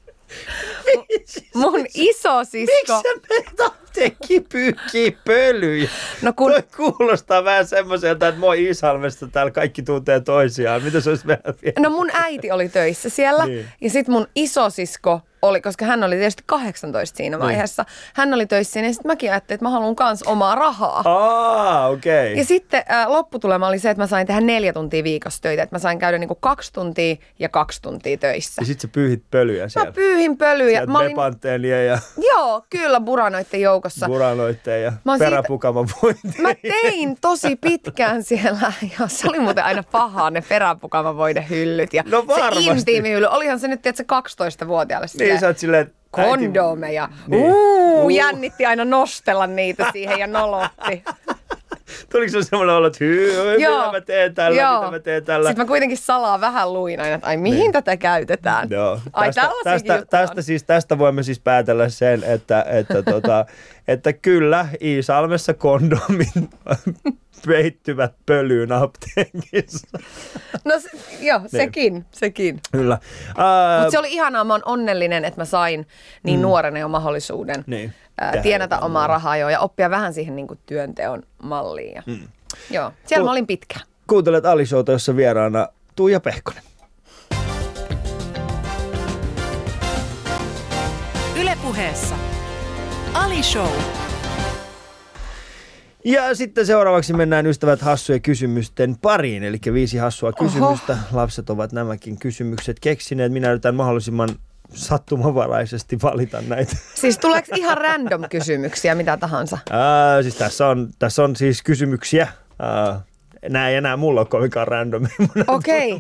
mun isosisko... Miksi sä menet apteekkiin pyyhkii pölyjä? No kun... Toi kuulostaa vähän semmoiselta, että moi Iisalmesta, täällä kaikki tuntee toisiaan. Mitä se olisi vielä? No mun äiti oli töissä siellä niin. Ja sitten mun isosisko oli, koska hän oli tietysti 18 siinä vaiheessa. Niin. Hän oli töissä ja sitten mäkin ajattelin, että mä haluan kans omaa rahaa. Okei. Ja sitten lopputulema oli se, että mä sain tehdä 4 tuntia viikossa töitä. Että mä sain käydä niinku 2 tuntia ja 2 tuntia töissä. Ja sit sä pyyhit pölyjä siellä. Mä pyyhin pölyjä. Sieltä Bepanteenia ja... Joo, kyllä buranoitten joukossa. Buranoitten ja peräpukaman vointia. Mä tein tosi pitkään siellä. Ja se oli muuten aina pahaa, ne peräpukaman voidehyllyt. Ja no varmasti. Se intiimihylly. Olihan se nyt, tiedätkö, 12-vuotiaalle niin, sä oot silleen... Kondomeja. Niin. Jännitti aina nostella niitä siihen ja nolotti. Tuliko se semmoinen olo, että mitä mä teen tällä, mitä mä teen tällä? Sitten mä kuitenkin salaa vähän luin aina, että ai mihin tätä käytetään. Joo. Ai tästä voimme siis päätellä sen, että kyllä Iisalmessa kondomin peittyvät pölyyn apteekissa. No sekin. Kyllä. Mutta se oli ihanaa, mä oon onnellinen, että mä sain niin nuorena jo mahdollisuuden tienata omaa rahaa ja oppia vähän siihen niin kuin työnteon malliin. Ja, joo, siellä mä olin pitkään. Kuuntelet Ali-showta, jossa vieraana Tuija Pehkonen. Yle Puheessa Ali Show. Ja sitten seuraavaksi mennään ystävät hassujen kysymysten pariin, eli 5 hassua kysymystä. Lapset ovat nämäkin kysymykset keksineet. Minä yritän mahdollisimman sattumanvaraisesti valita näitä. Siis tuleeko ihan random kysymyksiä, mitä tahansa? Siis tässä on siis kysymyksiä. Nämä ei enää mulla ole kovinkaan random. Okei.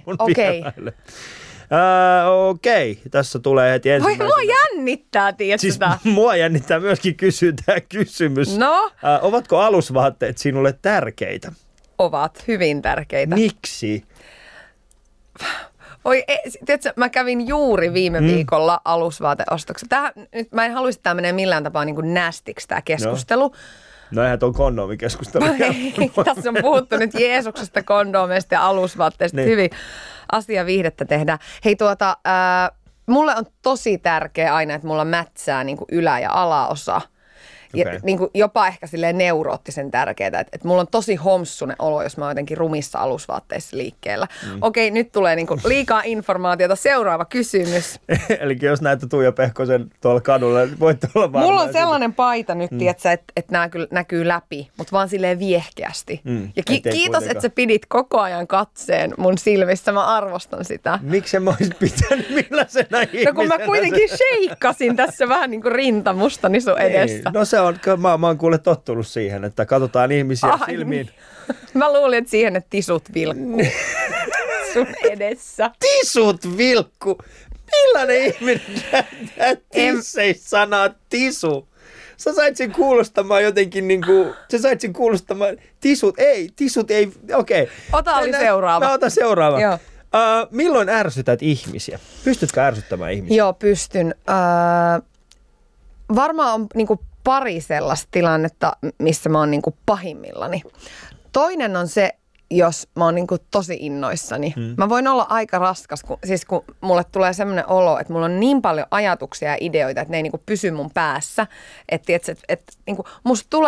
Okei, tässä tulee heti ensimmäisenä. Voi, mua jännittää, tiedätkö siis mua jännittää myöskin kysytään kysymys. No? Ovatko alusvaatteet sinulle tärkeitä? Ovat hyvin tärkeitä. Miksi? Tiedätkö, mä kävin juuri viime viikolla alusvaateostoksessa. Nyt mä en haluaisi, että tämä menee millään tapaa niin kuin nästiksi tämä keskustelu. No eihän tuon kondomikeskustelu. Tässä on puhuttu nyt Jeesuksesta, kondomeista ja alusvaatteista. Niin. Hyvin asiaviihdettä tehdään. Hei mulle on tosi tärkeää aina, että mulla mätsää niin kuin ylä- ja alaosa. Okay. Ja niin kuin jopa ehkä silleen neuroottisen tärkeää, että mulla on tosi homssunen olo, jos mä oon jotenkin rumissa alusvaatteissa liikkeellä. Okei, nyt tulee niin kuin liikaa informaatiota. Seuraava kysymys. Eli jos näette Tuija Pehkosen tuolla kadulla, voitte olla varmaan. Mulla on sellainen paita nyt, tietsä, että nämä kyllä näkyy läpi, mutta vaan silleen viehkeästi. Ja kiitos, että sä pidit koko ajan katseen mun silmissä. Mä arvostan sitä. Miksi mä ois pitänyt millaisena ihmisenä? No kun mä kuitenkin sheikkasin tässä vähän niin kuin rintamustani sun edessä. No se on, mä oon kuule tottunut siihen, että katsotaan ihmisiä silmiin. Niin. Mä luulin, että siihen, että tisut vilkkuu sun edessä. Tisut vilkku? Millainen ihminen tisseis sanaa tisu? Sä sait sen kuulostamaan jotenkin niinku, tisut ei, okei. Ota oli seuraava. Mä otan seuraava. Joo. Milloin ärsytät ihmisiä? Pystytkö ärsyttämään ihmisiä? Joo, pystyn. Varmaan on niinku pari sellaista tilannetta, missä mä oon niinku pahimmillani. Toinen on se, jos mä oon niinku tosi innoissani. Mä voin olla aika raskas, kun mulle tulee semmoinen olo, että mulla on niin paljon ajatuksia ja ideoita, että ne ei niinku pysy mun päässä. Että niinku, musta tulee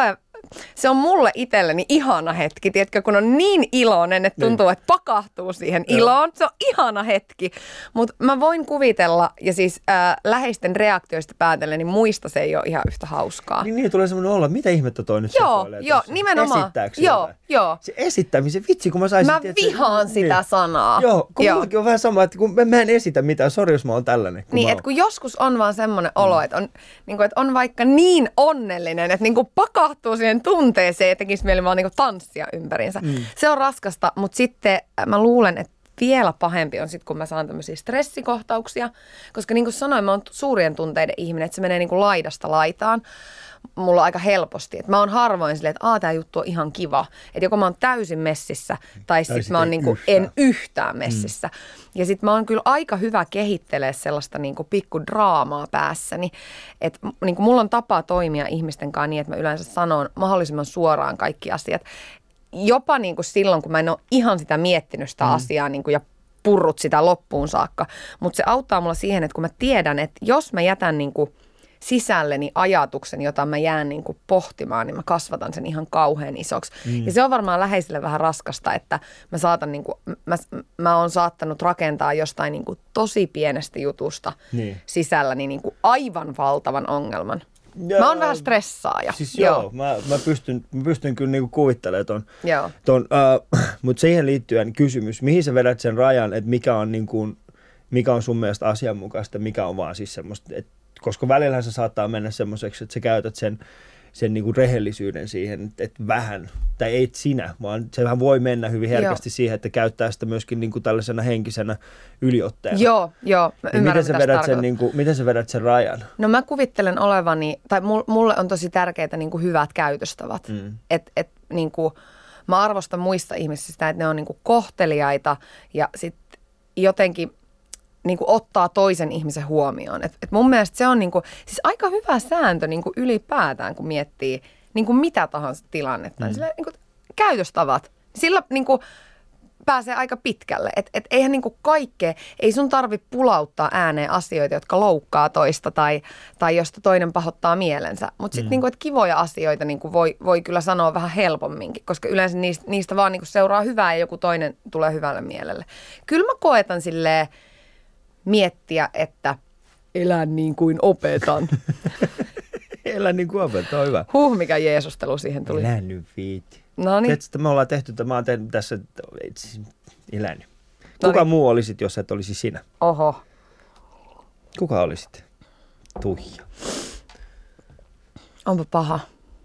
se on mulle itselleni ihana hetki, tiedätkö, kun on niin iloinen, että tuntuu, että pakahtuu siihen iloon. Se on ihana hetki, mutta mä voin kuvitella, ja siis läheisten reaktioista päätellen, niin muista se ei ole ihan yhtä hauskaa. Niin tulee semmoinen olla, mitä ihmettä toi nyt sekoilee Joo, nimenomaan. Esittääkö se jotain? Joo. Se esittämisen, vitsi kun mä saisin... Mä vihaan sitä sanaa. Joo, kun mullakin on vähän sama, että kun mä en esitä mitään, sori jos mä oon tällainen. Niin, että kun joskus on vaan semmoinen olo, että on, niin kuin, että on vaikka niin onnellinen, että niin kuin pakahtuu siihen tunteeseen ja tekisi mieli vaan niin kuin tanssia ympäriinsä. Se on raskasta, mutta sitten mä luulen, että vielä pahempi on sitten, kun mä saan tämmöisiä stressikohtauksia, koska niin kuin sanoin, mä oon suurien tunteiden ihminen, että se menee niin kuin laidasta laitaan mulla aika helposti. Että mä oon harvoin silleen, että tää juttu on ihan kiva. Että joko mä oon täysin messissä tai sitten mä oon niinku, en yhtään messissä. Ja sitten mä oon kyllä aika hyvä kehittelee sellaista niinku pikku draamaa päässäni. Että niinku mulla on tapa toimia ihmisten kanssa niin, että mä yleensä sanon mahdollisimman suoraan kaikki asiat. Jopa niinku silloin, kun mä en ole ihan sitä miettinyt sitä asiaa niinku ja purrut sitä loppuun saakka. Mutta se auttaa mulla siihen, että kun mä tiedän, että jos mä jätän niinku sisälleni ajatuksen, jota mä jään niin kuin pohtimaan, niin mä kasvatan sen ihan kauhean isoksi. Ja se on varmaan läheisille vähän raskasta, että mä oon saattanut rakentaa jostain niin kuin tosi pienestä jutusta sisälläni niin kuin aivan valtavan ongelman. Joo, mä oon vähän stressaaja. Siis joo. Mä pystyn kyllä niinku kuvittelemaan ton. Mutta siihen liittyen kysymys, mihin sä vedät sen rajan, että mikä on sun mielestä asianmukaista, mikä on vaan siis semmoista, koska välillähän se saattaa mennä semmoiseksi, että sä käytät sen niinku rehellisyyden siihen, että vähän, tai ei sinä, vaan sehän voi mennä hyvin herkästi siihen, että käyttää sitä myöskin niinku tällaisena henkisenä yliotteena. Joo, mä ymmärrän, miten sä vedät sen rajan? No mä kuvittelen olevani, tai mulle on tosi tärkeää niinku hyvät käytöstavat. Et niinku, mä arvostan muista ihmisistä, että ne on niinku kohteliaita ja sitten jotenkin niin kuin ottaa toisen ihmisen huomioon. Et mun mielestä se on niin kuin, siis aika hyvä sääntö niin kuin ylipäätään, kun miettii niin kuin mitä tahansa tilannetta. Sillä, niin kuin, käytöstavat. Sillä niin kuin, pääsee aika pitkälle. Et eihän niin kuin kaikkea, ei sun tarvitse pulauttaa ääneen asioita, jotka loukkaa toista tai josta toinen pahoittaa mielensä. Mutta sitten niin kuin, että kivoja asioita niin kuin voi kyllä sanoa vähän helpomminkin, koska yleensä niistä vaan niin kuin seuraa hyvää ja joku toinen tulee hyvälle mielelle. Kyllä mä koetan silleen miettiä, että elän niin kuin opetan. Elän niin kuin opetan, on hyvä. Mikä jeesustelu siihen tuli. Elän nyt viiti. Noniin. Tiedätkö, me ollaan tehty, mä oon tehnyt tässä, elän. Kuka muu olisit, jos et olisi sinä? Oho. Kuka olisit? Tuija. Onpa paha.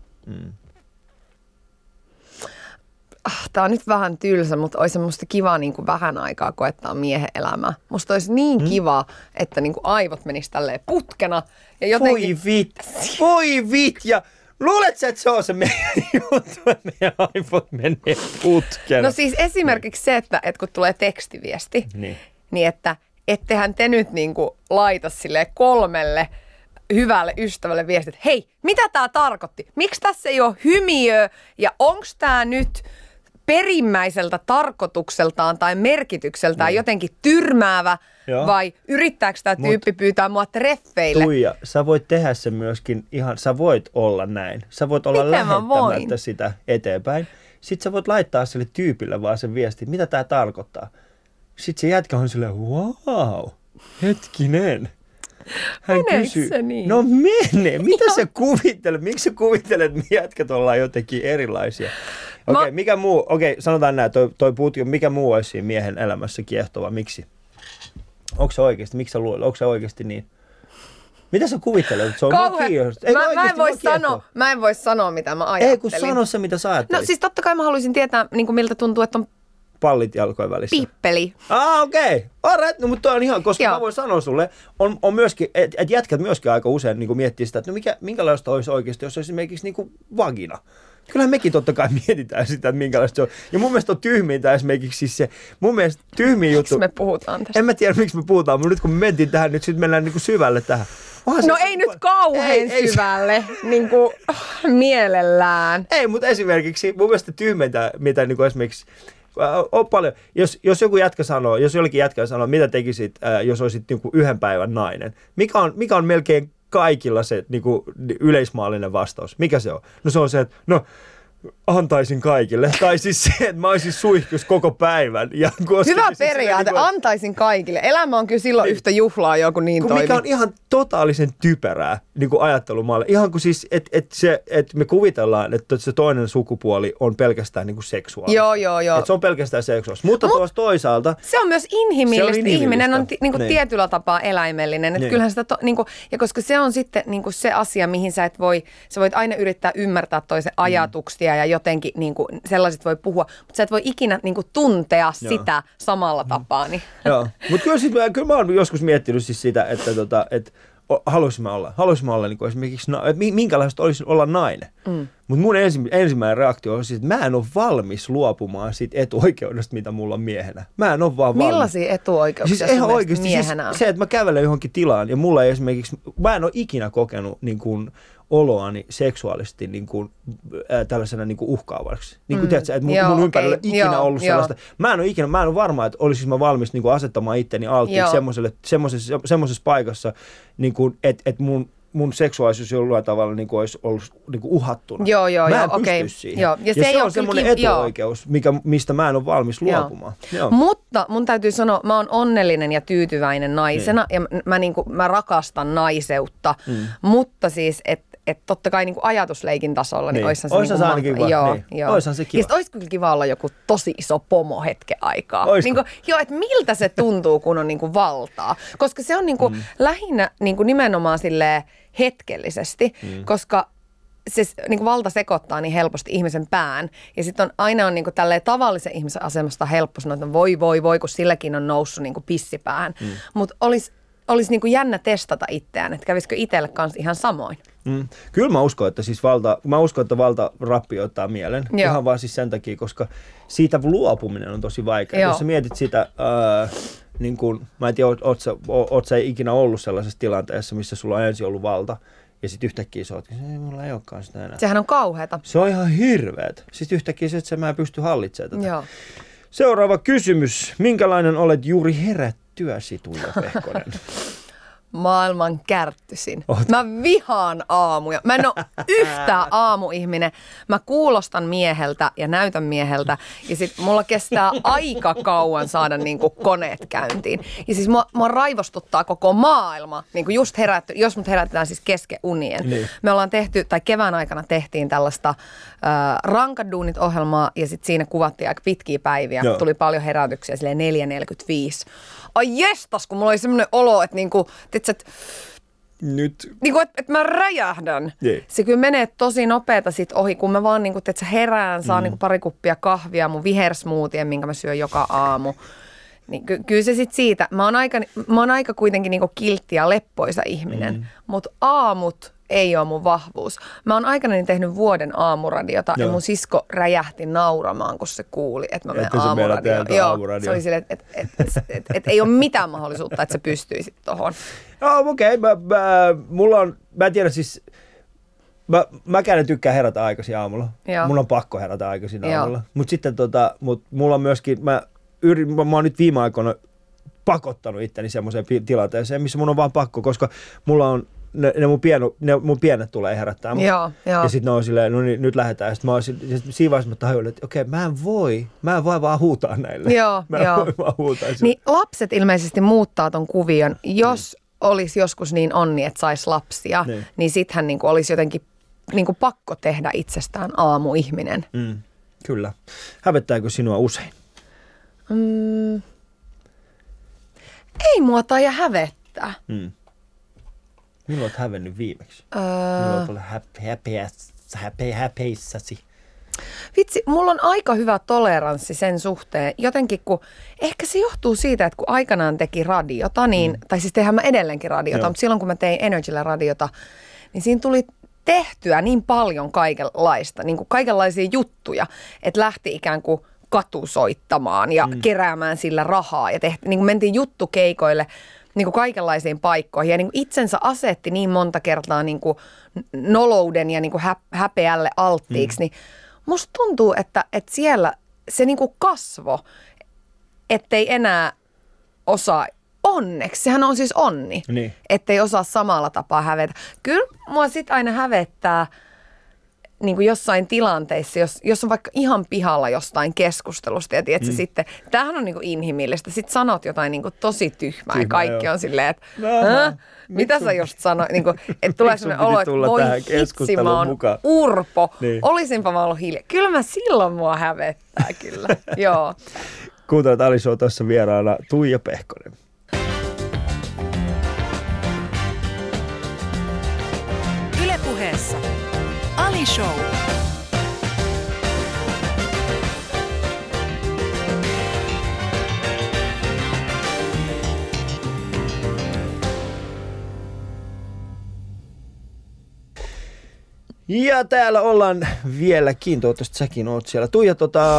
Tää on nyt vähän tylsä, mutta olisi musta kiva niin kuin vähän aikaa koettaa miehen elämää. Musta olisi niin kiva, että niin kuin aivot menis tälleen putkena. Ja jotenkin... Voi vit! Ja luulet sä, että se on se meidän juttu, että meidän aivot menee putkena? No siis esimerkiksi se, että kun tulee tekstiviesti, niin että ettehän te nyt niin kuin laita silleen 3 hyvälle ystävälle viestit, hei, mitä tää tarkoitti? Miksi tässä ei ole hymiö ja onks tää nyt perimmäiseltä tarkoitukseltaan tai merkitykseltään jotenkin tyrmäävä vai yrittääkö tämä tyyppi pyytää mua treffeille? Tuija, sä voit tehdä sen myöskin ihan, sä voit olla näin. Sä voit olla lähettämättä sitä eteenpäin. Sitten sä voit laittaa sille tyypille vaan sen viestin, mitä tää tarkoittaa. Sitten se jätkä on silleen, wow, hetkinen. Hän kysyy, se niin? No mene, mitä sä kuvittelet? Miksi sä kuvittelet, että jätkät ollaan jotenkin erilaisia? Okei, mikä muu, sanotaan näin, toi putki, mikä muu olisi siinä miehen elämässä kiehtova, miksi? Onko se oikeasti, miksi sä luulet, onko se oikeasti niin? Mitä sä kuvittelet? Se on mä en voi sanoa, mitä mä ajattelin. Ei, kun sano se, mitä sä ajattelit. No siis totta kai mä haluaisin tietää, niin kuin miltä tuntuu, että on pallit jalkojen välissä. Pippeli. Okei. Alright. No, mutta toi on ihan, koska mä voin sanoa sulle, on myöskin, että jätkät myöskin aika usein niin miettii sitä, että no minkälaista olisi oikeasti, jos olisi esimerkiksi niin kuin vagina. Kyllähän mekin totta kai mietitään sitä, että minkälaista se on. Ja mun mielestä on tyhmintä esimerkiksi siis se, mun mielestä tyhmin juttu. Miksi me puhutaan tästä? En mä tiedä, miksi me puhutaan, mutta nyt kun me mentiin tähän, nyt sitten mennään niin kuin syvälle tähän. No ei nyt kauhean syvälle, niin kuin mielellään. Ei, mutta esimerkiksi mun mielestä tyhmintä, mitä niin kuin esimerkiksi on paljon. Jos joku jätkä sanoo, jos jollekin jätkä sanoo, mitä tekisit, jos olisit niin kuin 1 päivän nainen. Mikä on melkein kaikilla se niin kuin, yleismaallinen vastaus. Mikä se on? No se on se, että antaisin kaikille. Tai siis se, että mä olisin suihkus koko päivän. Ja hyvä periaate, niin kuin, antaisin kaikille. Elämä on kyllä silloin yhtä juhlaa joku niin toimii. Mikä on ihan totaalisen typerää niin kuin ajattelumalle. Ihan kuin siis, että me kuvitellaan, että se toinen sukupuoli on pelkästään niin kuin seksuaalista. Joo. Että se on pelkästään seksuaalista. Mutta tuossa toisaalta... Se on myös inhimillistä. Ihminen on niin kuin tietyllä tapaa eläimellinen. Että kyllähän sitä niin kuin, ja koska se on sitten niin kuin se asia, mihin sä voit aina yrittää ymmärtää toisen ajatuksia ja jotenkin niin kuin, sellaiset voi puhua, mutta sä et voi ikinä niin kuin, tuntea sitä samalla tapaa. Niin. Joo, mutta kyllä mä oon joskus miettinyt siis sitä, että haluaisin olla niin kuin esimerkiksi, minkälaista olisi olla nainen. Mutta mun ensimmäinen reaktio on siis, että mä en ole valmis luopumaan siitä etuoikeudesta, mitä mulla on miehenä. Mä en ole vaan valmis. Millaisia etuoikeuksia siis oikeasti miehenä on? Siis se, että mä kävelen johonkin tilaan ja mulla ei esimerkiksi, mä en ole ikinä kokenut niin kuin oloani seksuaalisesti niin kuin, tällaisena niin kuin uhkaavaksi. Niin kuin tiedätkö, että mun ympärillä ei ikinä ollut sellaista. Mä en ole varma, että olisin mä valmis niin kuin asettamaan itteni alttiiksi semmoisessa paikassa, niin kuin, että mun seksuaalisuus jollain tavalla niin kuin olisi ollut niin kuin uhattuna. Mä en pysty siihen. Ja se on semmoinen etuoikeus, mistä mä en ole valmis luopumaan. Mutta mun täytyy sanoa, mä oon onnellinen ja tyytyväinen naisena ja mä rakastan naiseutta, mutta siis, että totta kai niin kuin ajatusleikin tasolla, niin oishan se ainakin kiva. Joo. Oishan se kiva. Ja olisi kyllä kiva olla joku tosi iso pomo hetken aikaa. Niin kuin, että miltä se tuntuu, kun on niin kuin valtaa. Koska se on niin kuin lähinnä niin kuin nimenomaan silleen hetkellisesti, koska se niin kuin valta sekoittaa niin helposti ihmisen pään. Ja sitten aina on niin kuin tälleen tavallisen ihmisen asemasta helppo sanoa, että voi, kun silläkin on noussut niin kuin pissipäähän. Mutta olisi niin kuin jännä testata itseään, että kävisikö itselle kanssa ihan samoin. Kyllä mä uskon, että valta rappioittaa mielen. Joo. Ihan vaan siis sen takia, koska siitä luopuminen on tosi vaikeaa. Jos sä mietit sitä, niin kun, mä en tiedä, oot sä ikinä ollut sellaisessa tilanteessa, missä sulla on ensin ollut valta, ja sitten yhtäkkiä sä ootkin, ei mulla ei olekaan sitä enää. Sehän on kauheata. Se on ihan hirveet. Sitten yhtäkkiä se, että mä en pysty hallitsemaan tätä. Joo. Seuraava kysymys. Minkälainen olet juuri herättyäsi, Tuija Pehkonen? Maailman kärttysin. Mä vihaan aamuja. Mä en ole yhtään aamuihminen. Mä kuulostan mieheltä ja näytän mieheltä. Ja sit mulla kestää aika kauan saada niinku koneet käyntiin. Ja siis mua raivostuttaa koko maailma. Niinku just jos mut herätetään siis kesken unien. Niin. Me ollaan tehty, tai kevään aikana tehtiin tällaista Rankaduunit-ohjelmaa. Ja sit siinä kuvattiin aika pitkiä päiviä. Joo. Tuli paljon herätyksiä silleen 4:45. Ai jestas, kun mulla oli semmoinen olo, että niinku, että niinku, että mä räjähdän. Yeah. Se kyllä menee tosi nopeeta sit ohi, kun mä vaan niinku, että herään, saan niinku pari kuppia kahvia, mun vihersmoothien, minkä mä syön joka aamu. Niin kyllä se sit siitä. Mä oon aika kuitenkin niinku kiltti ja leppoisa ihminen, mutta aamut ei ole mun vahvuus. Mä oon aikanaan tehnyt vuoden aamuradiota ja mun sisko räjähti nauramaan, kun se kuuli, että mä menen aamuradioon. Joo, se oli silleen, että ei ole mitään mahdollisuutta, että sä pystyisit tohon. Okei. Mä en tiedä siis, mäkään en tykkää herätä aikaisin aamulla. Joo. Mun on pakko herätä aikaisin aamulla. Mutta sitten mulla on myöskin, mä oon nyt viime aikoina pakottanut itteni semmoiseen tilanteeseen, missä mun on vaan pakko, koska mulla on mun pienet tulee herättää mut. Joo. Ja sitten ne on silleen, no niin, nyt lähdetään. Ja sitten siinä vaiheessa mä tajuin, että okei, mä en voi vaan huutaa näille. Joo. Mä en voi vaan huutaa. Niin lapset ilmeisesti muuttaa ton kuvion. Jos olisi joskus niin onni, että sais lapsia, niin sittenhän niinku olisi jotenkin niinku pakko tehdä itsestään aamuihminen. Kyllä. Hävettääkö sinua usein? Ei mua taida hävettää. Milloin olet hävennyt viimeksi? Milloin olet ollut häpeissäsi? Vitsi, mulla on aika hyvä toleranssi sen suhteen. Jotenkin ehkä se johtuu siitä, että kun aikanaan teki radiota, niin, tai siis tehdään mä edelleenkin radiota, mutta silloin kun mä tein Energyllä radiota, niin siinä tuli tehtyä niin paljon kaikenlaista, niin kuin kaikenlaisia juttuja, että lähti ikään kuin katusoittamaan ja keräämään sillä rahaa ja niin kuin mentiin juttukeikoille niin kuin kaikenlaisiin paikkoihin ja niin kuin itsensä asetti niin monta kertaa niin kuin nolouden ja niin kuin häpeälle alttiiksi, niin musta tuntuu, että siellä se niin kuin kasvo, ettei enää osaa onneksi, sehän on siis onni, Niin. ettei osaa samalla tapaa hävetä. Kyllä mua sitten aina hävettää niin kuin jossain tilanteissa, jos on vaikka ihan pihalla jostain keskustelusta ja tiedätkö, sitten, tämähän on niin kuin inhimillistä, sitten sanot jotain niin kuin tosi tyhmää ja kaikki on silleen, että mitä sä just sanoit, niin kuin, että tulee sellainen olo, että voi hitsi, mä oon urpo, niin. Olisinpa mä ollut hiljaa. Kyllä mä silloin mua hävettää kyllä, joo. Kuuntelet Ali Show, tässä vieraana Tuija Pehkonen. Yle Puheessa Ali Show. Ja täällä ollaan vieläkin, toivottavasti säkin oot siellä. Tuija,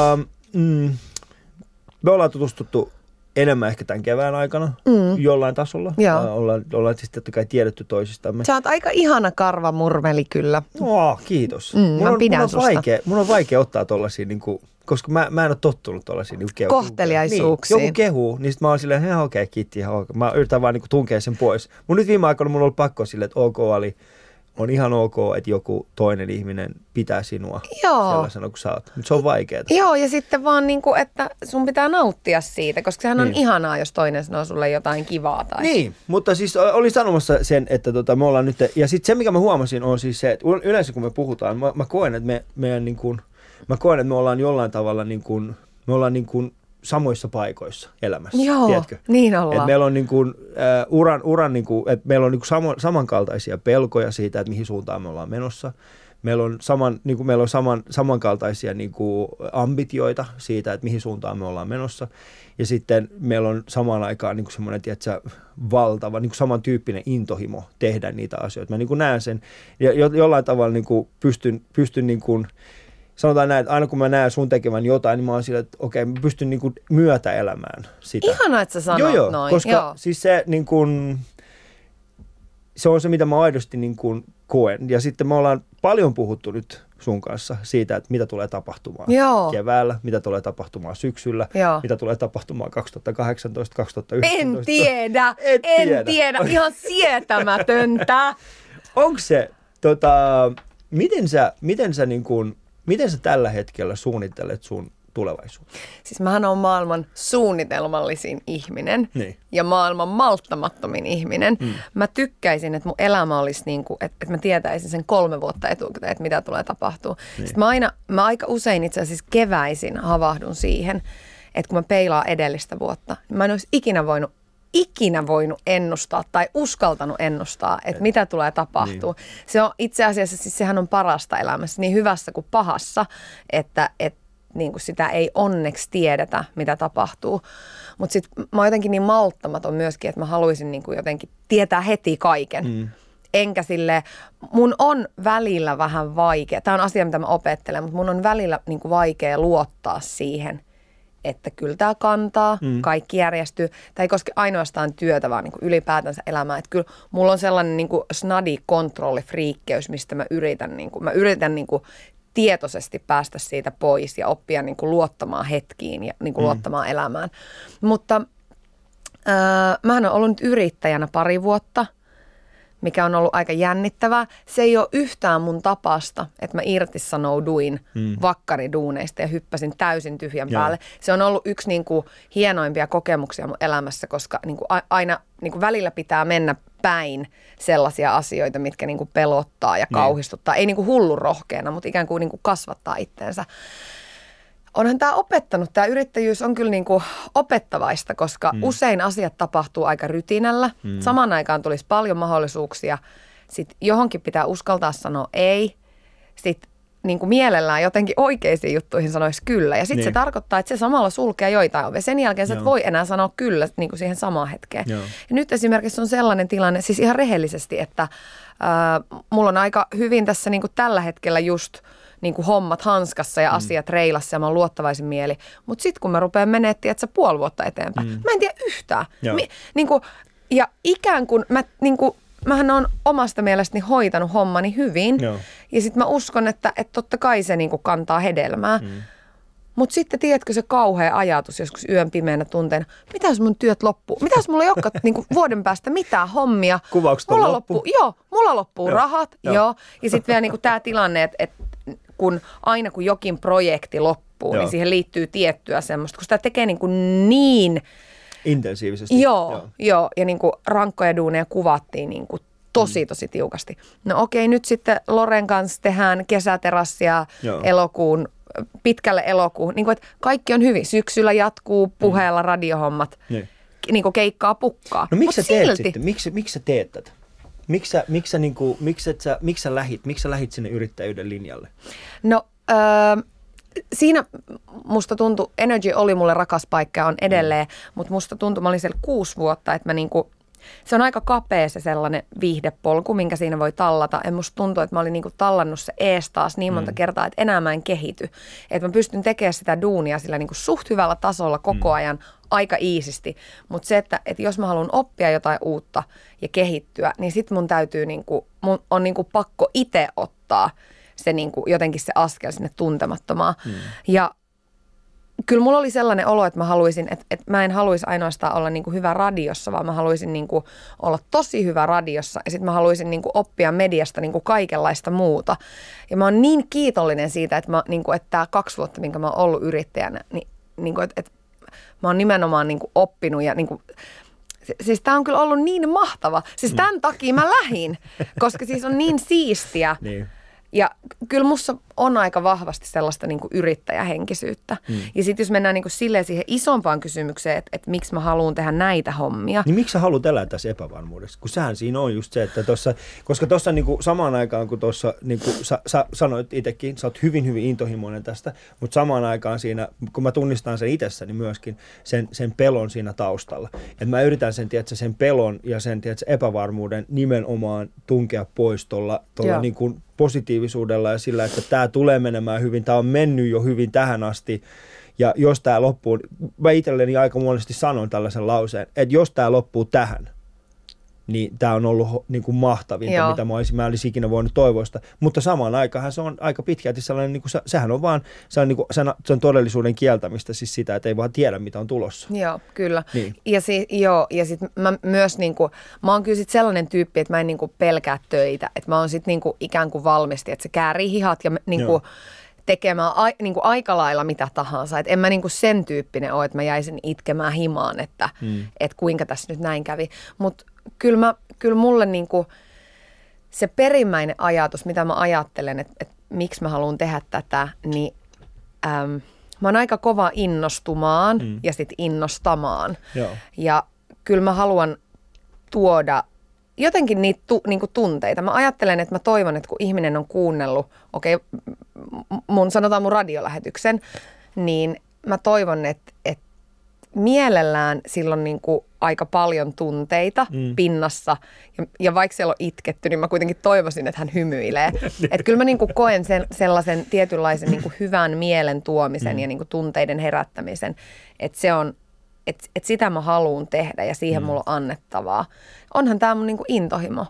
me ollaan tutustuttu enemmän ehkä tämän kevään aikana jollain tasolla. Ollaan siis totta kai tiedetty toisistamme. Sä oot aika ihana karvamurmeli kyllä. Kiitos. Mä pidän susta. Mun on vaikea ottaa tollasia, niin koska mä en ole tottunut tollasia niin kohteliaisuuksiin. Niin, joku kehuu, niin sit mä oon silleen, okei, kiitti, ihan ok. Mä yritän vaan niin tunkea sen pois. Mun nyt viime aikoina mun on ollut pakko silleen, että ok Ali, on ihan ok, että joku toinen ihminen pitää sinua sellaisena kuin sä oot. Mutta se on vaikeaa. Joo, ja sitten vaan niin kuin, että sun pitää nauttia siitä, koska sehän on ihanaa, jos toinen sanoo sulle jotain kivaa. Tai... Niin, mutta siis olin sanomassa sen, että me ollaan nyt, ja sitten se mikä mä huomasin on siis se, että yleensä kun me puhutaan, mä koen, että me ollaan jollain tavalla niin kuin, me ollaan niin kuin samoissa paikoissa elämässä, joo, tiedätkö? Niin ollaan. Et meillä on niin kuin, uran niin kuin, että meillä on niin kuin samankaltaisia pelkoja siitä, että mihin suuntaan me ollaan menossa. Meillä on, samankaltaisia niin kuin ambitioita siitä, että mihin suuntaan me ollaan menossa. Ja sitten meillä on samaan aikaan niin kuin semmoinen, tiedätkö, valtava, niin kuin samantyyppinen intohimo tehdä niitä asioita. Mä niin kuin näen sen ja jollain tavalla niin kuin pystyn niin kuin, sanotaan näin, että aina kun mä näen sun tekevän jotain, niin mä oon sillä, että okei, mä pystyn niin kuin myötäelämään sitä. Ihanaa, että sä sanot noin. Koska siis se, niin kuin, se on se, mitä mä aidosti niin kuin koen. Ja sitten me ollaan paljon puhuttu nyt sun kanssa siitä, että mitä tulee tapahtumaan keväällä, mitä tulee tapahtumaan syksyllä, mitä tulee tapahtumaan 2018, 2019. En tiedä. Ihan sietämätöntä. Onko se, miten sä tällä hetkellä suunnittelet sun tulevaisuutta? Siis mähän on maailman suunnitelmallisin ihminen ja maailman malttamattomin ihminen. Mä tykkäisin, että mun elämä olisi niin kuin, että mä tietäisin sen 3 vuotta etukäteen, että mitä tulee tapahtua. Sitten mä aika usein itse asiassa keväisin havahdun siihen, että kun mä peilaan edellistä vuotta, niin mä en olisi ikinä voinut ennustaa tai uskaltanut ennustaa, että mitä tulee tapahtua. Niin. Se on itse asiassa, siis sehän on parasta elämässä, niin hyvässä kuin pahassa, että niin kuin sitä ei onneksi tiedetä, mitä tapahtuu. Mutta sitten mä oon jotenkin niin malttamaton myöskin, että mä haluaisin niin kuin jotenkin tietää heti kaiken. Enkä silleen, mun on välillä vähän vaikea, tämä on asia, mitä mä opettelen, mutta mun on välillä niin kuin vaikea luottaa siihen, että kyllä tämä kantaa, kaikki järjestyy. Tämä ei koske ainoastaan työtä, vaan niin kuin ylipäätänsä elämää. Että kyllä mulla on sellainen niin kuin snadi kontrollifriikkeys, mistä mä yritän niin kuin tietoisesti päästä siitä pois ja oppia niin kuin luottamaan hetkiin ja niin kuin luottamaan elämään. Mutta mähän olen ollut nyt yrittäjänä 2 vuotta, mikä on ollut aika jännittävää. Se ei ole yhtään mun tapasta, että mä irtisanouduin vakkariduuneista ja hyppäsin täysin tyhjän päälle. Se on ollut yksi niin kuin hienoimpia kokemuksia mun elämässä, koska niin kuin aina niin kuin välillä pitää mennä päin sellaisia asioita, mitkä niin kuin pelottaa ja kauhistuttaa. Ei niin kuin hullun rohkeana, mutta ikään kuin, kasvattaa itteensä. Onhan tämä opettanut, tämä yrittäjyys on kyllä niin kuin opettavaista, koska usein asiat tapahtuu aika rytinällä. Samaan aikaan tulisi paljon mahdollisuuksia. Sitten johonkin pitää uskaltaa sanoa ei. Sitten niin kuin mielellään jotenkin oikeisiin juttuihin sanoisi kyllä. Ja sitten se tarkoittaa, että se samalla sulkee joitain ovea. Sen jälkeen sä et voi enää sanoa kyllä niin kuin siihen samaan hetkeen. Ja nyt esimerkiksi on sellainen tilanne, siis ihan rehellisesti, että mulla on aika hyvin tässä niin kuin tällä hetkellä just niin kuin hommat hanskassa ja asiat reilassa ja mä oon luottavaisin mieli. Mutta sitten kun mä rupean menemään, tiedätkö, 5 vuotta eteenpäin, mä en tiedä yhtään. Niin kuin, ja ikään kuin mähän on omasta mielestäni hoitanut hommani hyvin. Ja sitten mä uskon, että totta kai se niin kuin kantaa hedelmää. Mutta sitten tiedätkö se kauhea ajatus joskus yön pimeänä tunteena, mitä jos mun työt loppuu? Mitä jos mulla ei olekaan niinku vuoden päästä mitään hommia? Kuvaukset on loppu. Mulla loppuu rahat, joo. Ja sitten vielä niinku tämä tilanne, että kun aina kun jokin projekti loppuu, niin siihen liittyy tiettyä semmoista, kun sitä tekee niin intensiivisesti. Joo. Ja niinku rankkoja duuneja kuvattiin niinku tosi tiukasti. No okei, nyt sitten Loren kanssa tehdään kesäterassia pitkälle elokuun. Niin kuin, että kaikki on hyvin. Syksyllä jatkuu puheella radiohommat. Niin kuin keikkaa pukkaa. No miksi sä teet sitten? Miksi sä teet tätä? Miksi sä lähit sinne yrittäjyyden linjalle? No siinä musta tuntui, Energy oli mulle rakas paikka ja on edelleen, mutta musta tuntui, mä olin siellä 6 vuotta, että mä niinku, se on aika kapea se sellainen viihdepolku, minkä siinä voi tallata. Ja musta tuntuu, että mä olin niinku tallannut se ees taas niin monta kertaa, että enää mä en kehity. Että mä pystyn tekemään sitä duunia sillä niinku suht hyvällä tasolla koko ajan aika iisisti. Mutta se, että jos mä haluan oppia jotain uutta ja kehittyä, niin sit mun täytyy mun on pakko itse ottaa se jotenkin se askel sinne tuntemattomaan. Ja kyllä mulla oli sellainen olo, että mä haluaisin, että mä en haluaisi ainoastaan olla hyvä radiossa, vaan mä haluaisin olla tosi hyvä radiossa ja sitten mä haluaisin oppia mediasta kaikenlaista muuta. Ja mä oon niin kiitollinen siitä, että että tämä 2 vuotta, minkä mä oon ollut yrittäjänä, niin että mä oon nimenomaan oppinut ja siis tää on kyllä ollut niin mahtava. Siis tämän takia mä lähdin, koska siis on niin siistiä. Niin. Ja kyllä musta on aika vahvasti sellaista yrittäjähenkisyyttä. Ja sitten jos mennään silleen siihen isompaan kysymykseen, että miksi mä haluan tehdä näitä hommia. Niin miksi sä haluat elää tässä epävarmuudessa? Kun sehän siinä on just se, että koska tuossa samaan aikaan, kun tuossa sä sanoit itsekin, sä oot hyvin intohimoinen tästä, mutta samaan aikaan siinä, kun mä tunnistan sen itsessäni myöskin, sen pelon siinä taustalla. Että mä yritän sen pelon ja sen epävarmuuden nimenomaan tunkea pois tuolla positiivisuudella ja sillä, että tämä tulee menemään hyvin, tämä on mennyt jo hyvin tähän asti ja jos tämä loppuu, mä itselleni aika monesti sanon tällaisen lauseen, että jos tämä loppuu tähän, niin tämä on ollut mahtavinta, mitä mä olisin ikinä voinut toivoa sitä. Mutta samaan aikaan se on aika pitkälti sellainen, sehän on vaan, se on todellisuuden kieltämistä, siis sitä, että ei vaan tiedä, mitä on tulossa. Joo, kyllä. Niin. Ja sitten mä myös, mä oon kyllä sit sellainen tyyppi, että mä en pelkää töitä, että mä oon sitten ikään kuin valmisti, että se käärii hihat ja tekemään aika lailla mitä tahansa. Et en mä sen tyyppinen ole, että mä jäisin itkemään himaan, että kuinka tässä nyt näin kävi. Mutta kyllä mulle se perimmäinen ajatus, mitä mä ajattelen, että miksi mä haluan tehdä tätä, niin mä oon aika kova innostumaan ja sitten innostamaan. Joo. Ja kyllä mä haluan tuoda jotenkin niitä tunteita. Mä ajattelen, että mä toivon, että kun ihminen on kuunnellut, sanotaan mun radiolähetyksen, niin mä toivon, että mielellään silloin aika paljon tunteita pinnassa. Ja vaikka siellä on itketty, niin mä kuitenkin toivoisin, että hän hymyilee. Että kyllä mä koen sellaisen tietynlaisen hyvän mielen tuomisen ja tunteiden herättämisen. Että se on, että sitä mä haluan tehdä ja siihen mulla on annettavaa. Onhan tää mun intohimo.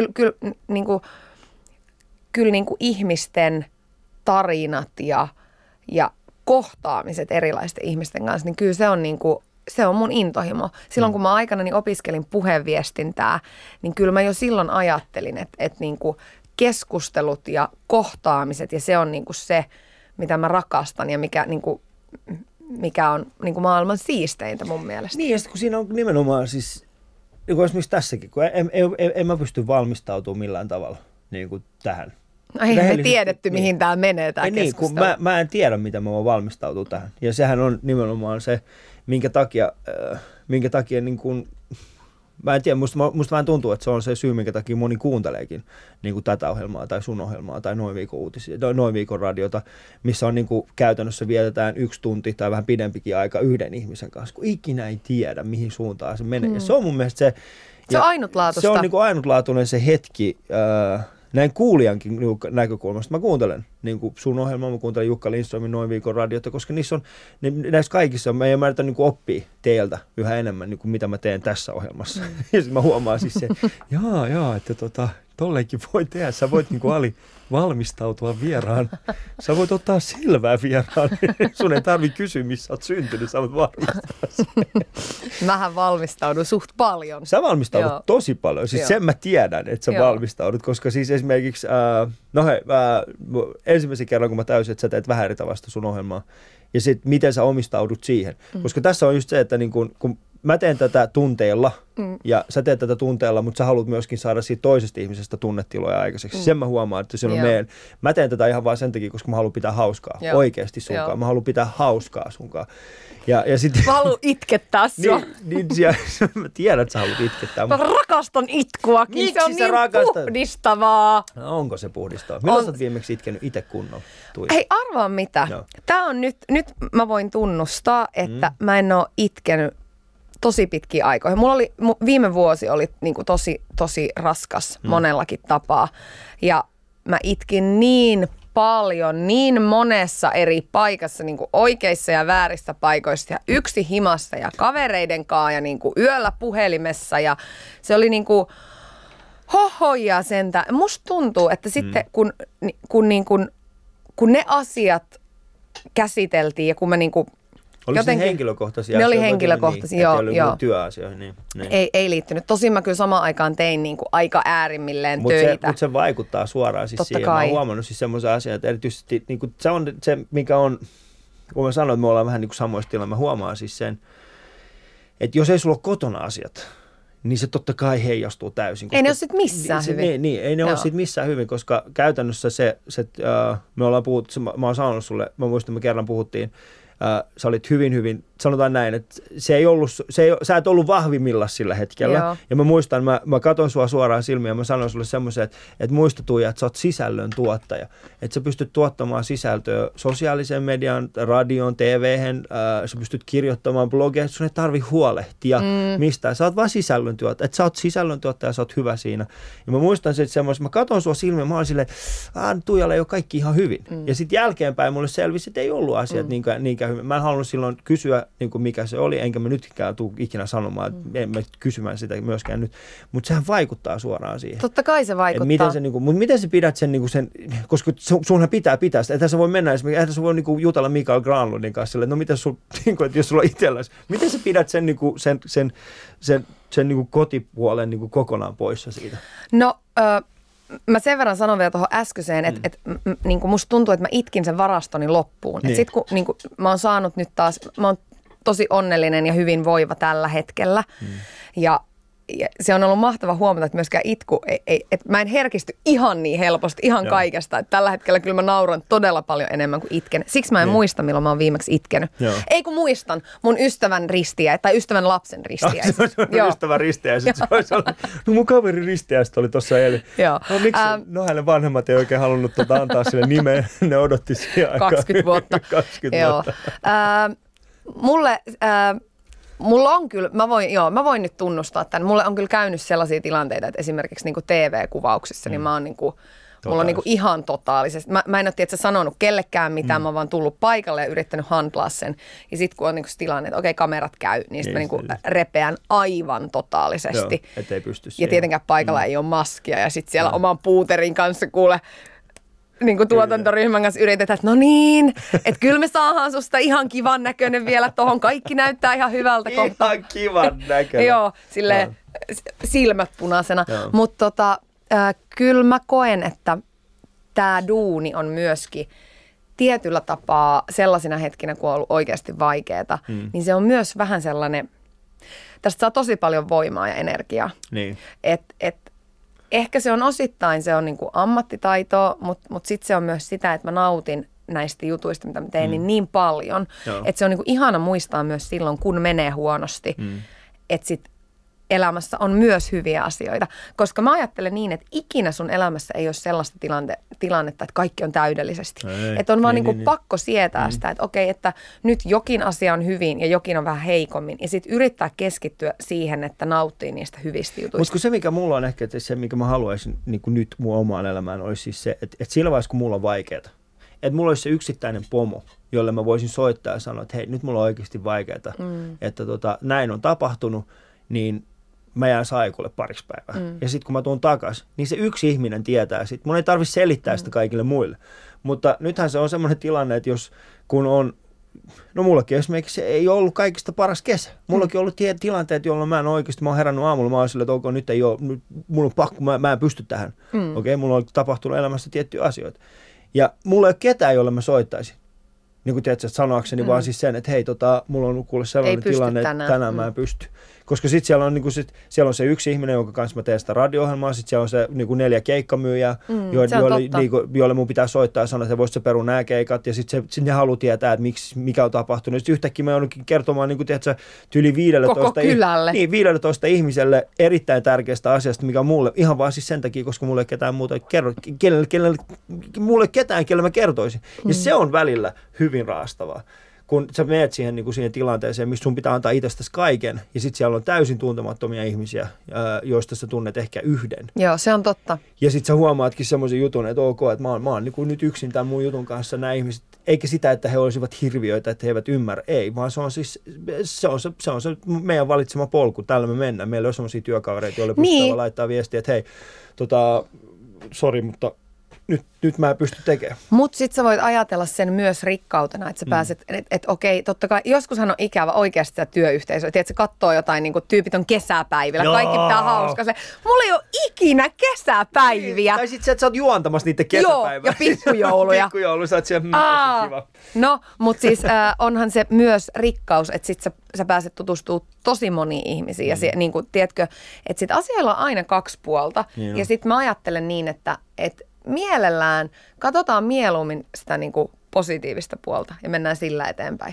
Kyllä ihmisten tarinat ja kohtaamiset erilaisten ihmisten kanssa, niin kyllä se on mun intohimo. Silloin kun mä aikanani opiskelin puheviestintää, niin kyllä mä jo silloin ajattelin, että keskustelut ja kohtaamiset ja se on se, mitä mä rakastan ja mikä on maailman siisteintä mun mielestä. Niin, ja sitten kun siinä on nimenomaan siis, esimerkiksi tässäkin, kun en mä pysty valmistautumaan millään tavalla tähän. No ei me tiedetty, mihin tämä menee tämä keskustelu. Niin, kun mä en tiedä, mitä mä voin valmistautua tähän. Ja sehän on nimenomaan se, minkä takia mä en tiedä, musta vähän tuntuu, että se on se syy, minkä takia moni kuunteleekin tätä ohjelmaa tai sun ohjelmaa tai Noin viikon radiota, missä on käytännössä vietetään 1 tunti tai vähän pidempikin aika yhden ihmisen kanssa, kun ikinä ei tiedä, mihin suuntaan se menee. Ja se on mun mielestä se... Se on ainutlaatuista. Se on ainutlaatuinen se hetki... näin kuulijankin näkökulmasta. Mä kuuntelen sun ohjelmaa, mä kuuntelen Jukka Lindströmin Noin viikon radiota, koska näissä kaikissa mä ymmärrän oppia teiltä yhä enemmän, mitä mä teen tässä ohjelmassa. Ja sitten mä huomaan siis se, että tolleenkin voi tehdä. Sä voit niinku valmistautua vieraan. Sä voit ottaa selvää vieraan. Sun ei tarvitse kysyä, missä sä oot syntynyt. Sä voit varmistaa sen. Mähän valmistaudun suht paljon. Sä valmistaudut tosi paljon. Siis sen mä tiedän, että sä valmistaudut. Koska siis esimerkiksi, ensimmäisen kerran kun mä täysin, että sä teet vähän eri tavasta sun ohjelmaa. Ja sitten miten sä omistaudut siihen. Koska tässä on just se, että niin kun mä teen tätä tunteella ja sä teet tätä tunteella, mutta sä haluat myöskin saada siitä toisesta ihmisestä tunnetiloja aikaiseksi. Sen mä huomaan, että silloin mä teen tätä ihan vaan sen takia, koska mä haluan pitää hauskaa oikeasti sunkaan. Mä haluan pitää hauskaa sunkaan. Ja sit, mä haluan itkettää sua. Mä tiedän, että sä haluat itkettää. Mä rakastan itkuakin. Miksi se on niin puhdistavaa. No, onko se puhdistavaa? Milloin sä oot viimeksi itkenyt itse kunnolla? Hei, arvaa mitä. Tää on nyt mä voin tunnustaa, että mä en oo itkenyt tosi pitkiä aikoja. Viime vuosi oli niinku tosi raskas monellakin tapaa. Ja mä itkin niin paljon, niin monessa eri paikassa, niinku oikeissa ja väärissä paikoissa ja yksin himassa ja kavereiden kanssa ja niinku yöllä puhelimessa. Ja se oli niinku hohoja sentä. Musta tuntuu, että sitten kun ne asiat käsiteltiin ja kun mä niinku oliko ne henkilökohtaisia? Ne oli henkilökohtaisia, joo. Työasioihin, niin. Ei liittynyt. Tosin mä kyllä samaan aikaan tein niin kuin aika äärimmilleen töitä. Mutta se vaikuttaa suoraan siis siihen. Mä oon huomannut siis semmoisia asioita, että erityisesti niin kuin se on se, mikä on, kun mä sanoin, että me ollaan vähän niin kuin samoissa tilassa, mä huomaan siis sen, että jos ei sulla ole kotona asiat, niin se totta kai heijastuu täysin. Ei ne ole sitten missään hyvin. Niin, ei ne ole sitten missään hyvin, koska käytännössä me ollaan puhuttu, mä oon sanonut sulle, mä muistan, me kerran puhuttiin, sä olit hyvin, sanotaan näin, että sä et ollut vahvimmillaan sillä hetkellä. Joo. Ja mä muistan, mä katson sua suoraan silmiä ja mä sanoin sulle semmoisen, että muista Tuija, että sä oot sisällön tuottaja. Että sä pystyt tuottamaan sisältöä sosiaalisen median, radioon, TV:hen, sä pystyt kirjoittamaan blogeja, sun ei tarvi huolehtia mistään. Sä oot vaan sisällön tuottaja. Että sä oot sisällön tuottaja, sä oot hyvä siinä. Ja mä muistan se, että semmoisen, mä katson sua silmiä, mä olin silleen, Tuijalla ei ole kaikki ihan hyvin. Ja sitten jälkeenpäin mulle selvisi, että ei ollut asiat niinkään hyvin. Mä en halunnut silloin kysyä, niin kuin mikä se oli, enkä mä nytkään tule ikinä sanomaan, että en mä kysymään sitä myöskään nyt, mutta sehän vaikuttaa suoraan siihen. Totta kai se vaikuttaa. Mutta miten sä pidät sen, niin kuin sen koska sunhan pitää sitä, että sä voi mennä esimerkiksi, että sä voi niin kuin jutella Mikael Granlundin kanssa sille, että no miten sul, niin kuin, että jos sulla on itselläsi, miten sä pidät sen, niin kuin, sen niin kuin kotipuolen niin kuin kokonaan poissa siitä? No, mä sen verran sanon vielä tuohon äskeiseen, että niin kuin musta tuntuu, että mä itkin sen varastoni loppuun. Niin. Sitten kun niin kuin, mä oon saanut nyt taas, mä oon tosi onnellinen ja hyvinvoiva tällä hetkellä. Ja se on ollut mahtava huomata, että myöskään itku, että mä en herkisty ihan niin helposti, ihan kaikesta. Että tällä hetkellä kyllä mä nauran todella paljon enemmän kuin itken. Siksi mä en muista, milloin mä oon viimeksi itkenyt. Joo. Ei kun muistan mun ystävän ristiäiset tai ystävän lapsen ristiäiset. Ystävän ristiäiset. No mun kaverin ristiäiset oli tuossa eilen. No miksi? No hänen vanhemmat ei oikein halunnut antaa sille nimeä. Ne odotti siihen aikaan. 20 vuotta. 20 vuotta. Mulla on kyllä, mä voin nyt tunnustaa tämän. Mulle on kyllä käynyt sellaisia tilanteita, että esimerkiksi niinku TV-kuvauksissa, niin mä oon niinku, mulla on niinku ihan totaalisesti. Mä en ole tietysti sanonut kellekään mitään, mä oon vaan tullut paikalle ja yrittänyt handlaa sen. Ja sit kun on niinku se tilanne, että okei, kamerat käy, niin sit mä niinku repeän aivan totaalisesti. Joo, ettei pysty siihen. Ja tietenkään paikalla ei ole maskia ja sit siellä oman puuterin kanssa kuule niin kuin tuotantoryhmän kanssa yritetään, että no niin, että kyllä me saadaan susta ihan kivan näköinen vielä tohon. Kaikki näyttää ihan hyvältä kohta. Ihan kivan näköinen. Joo, silleen silmät punaisena. Mutta kyllä mä koen, että tämä duuni on myöskin tietyllä tapaa sellaisina hetkinä, kun on ollut oikeasti vaikeaa, niin se on myös vähän sellainen, tästä saa tosi paljon voimaa ja energiaa. Niin. Ehkä se on osittain se on niin kuin ammattitaitoa, mutta sitten se on myös sitä, että mä nautin näistä jutuista, mitä mä teen, niin paljon. Että se on niin kuin ihana muistaa myös silloin, kun menee huonosti, että sit elämässä on myös hyviä asioita. Koska mä ajattelen niin, että ikinä sun elämässä ei ole sellaista tilannetta, että kaikki on täydellisesti. Että on vaan niin pakko sietää sitä, että okei, että nyt jokin asia on hyvin ja jokin on vähän heikommin. Ja sitten yrittää keskittyä siihen, että nauttii niistä hyvistä jutuista. Mutta se, mikä mulla on ehkä, että se, mikä mä haluaisin niin kuin nyt mun omaan elämään, olisi siis se, että sillä vaiheessa, kun mulla on vaikeaa, että mulla olisi se yksittäinen pomo, jolle mä voisin soittaa ja sanoa, että hei, nyt mulla on oikeasti vaikeaa, että näin on tapahtunut, niin mä jään saikulle pariksi päivää. Ja sitten kun mä tuun takas, niin se yksi ihminen tietää sit. Mun ei tarvitse selittää sitä kaikille muille. Mutta nythän se on semmoinen tilanne, että kun on, no mullakin esimerkiksi se ei ollut kaikista paras kesä. Mullakin on ollut tilanteet, jolloin mä oon herännyt aamulla, mä oon sillä, että nyt ei ole, mulla on pakko, mä en pysty tähän. Okei, mulla on tapahtunut elämässä tiettyjä asioita. Ja mulla ei ole ketään, jolle mä soittaisin. Niin kuin tiedätkö, että sanoakseni vaan siis sen, että hei, mulla on kuule sellainen tilanne, että tänään mä en pysty. Koska sitten siellä on, niin siellä on se yksi ihminen, jonka kanssa mä teen sitä radio-ohjelmaa, sitten siellä on se niin 4 keikkamyyjää, joille mun pitää soittaa ja sanoa, että voisit sä perua nämä keikat, ja sitten ne haluaa tietää, että mikä on tapahtunut. Sitten yhtäkkiä mä joudunkin kertomaan, niin kuin tiedätkö, yli 15 ihmiselle erittäin tärkeästä asiasta, mikä on mulle ihan vaan siis sen takia, koska mulle ei ketään muuta mulle ei ketään, kelle mä kertoisin. Ja se on välillä hyvin raastavaa. Kun sä menet siihen tilanteeseen, missä sun pitää antaa itsestäsi kaiken, ja sitten siellä on täysin tuntemattomia ihmisiä, joista sä tunnet ehkä yhden. Joo, se on totta. Ja sitten sä huomaatkin semmoisen jutun, että ok, että mä oon niin kuin nyt yksin tämän mun jutun kanssa nämä ihmiset, eikä sitä, että he olisivat hirviöitä, että he eivät ymmärrä, ei, vaan se on siis, se on se meidän valitsema polku, täällä me mennään. Meillä on semmoisia työkavereita, joille pystytään laittaa viestiä, että hei, sori, mutta nyt mä en pysty tekemään. Mutta sitten sä voit ajatella sen myös rikkautena, että sä pääset, että okei, totta kai, joskushan on ikävä oikeasti sitä työyhteisöä. Tiedätkö, katsoo jotain, niin kuin tyypit on kesäpäivillä, kaikki pitää hauskaa. Mulla ei ole ikinä kesäpäiviä. Tai sitten sä oot juontamassa niitä kesäpäivää. Joo, ja pikkujouluja. Pikkujoulu, sä oot siellä, kiva. No, mutta siis onhan se myös rikkaus, että sit sä pääset tutustumaan tosi moniin ihmisiin. Ja se, niin kuin, tiedätkö, että sit asioilla on aina 2 puolta. Ja sitten mä ajattelen niin, että mielellään katsotaan mieluummin sitä niin kuin positiivista puolta ja mennään sillä eteenpäin.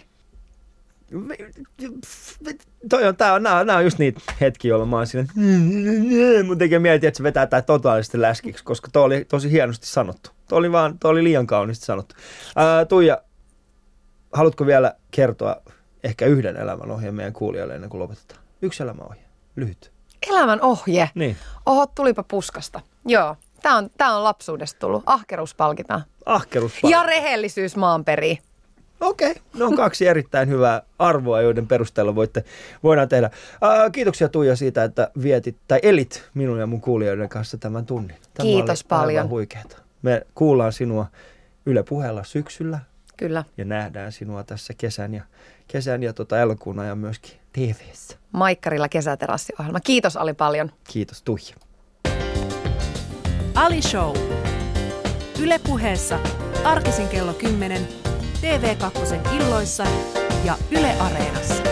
Nämä on just niitä hetkiä, jolloin mä oon siinä, mun tekee mieli, että se vetää tää totaalisesti läskiksi, koska toi oli tosi hienosti sanottu. Toi oli liian kauniisti sanottu. Tuija, haluatko vielä kertoa ehkä yhden elämän ohjeen meidän kuulijoille ennen kuin lopetetaan? 1 elämänohje, lyhyt. Elämän ohje? Niin. Oho, tulipa puskasta. Joo. Tämä on lapsuudesta tullut. Ahkeruus palkitaan. Ja rehellisyys maanperiin. Okei, ne on 2 erittäin hyvää arvoa, joiden perusteella voidaan tehdä. Kiitoksia Tuija siitä, että elit minun ja mun kuulijoiden kanssa tämän tunnin. Kiitos paljon. Aivan huikeeta. Me kuullaan sinua Yle Puheella syksyllä. Kyllä. Ja nähdään sinua tässä kesän ja elokuun ajan myöskin TV:ssä. Maikkarilla kesäterassiohjelma. Kiitos Ali paljon. Kiitos Tuija. Ali Show. Yle Puheessa arkisin kello 10, TV2 illoissa ja Yle Areenassa.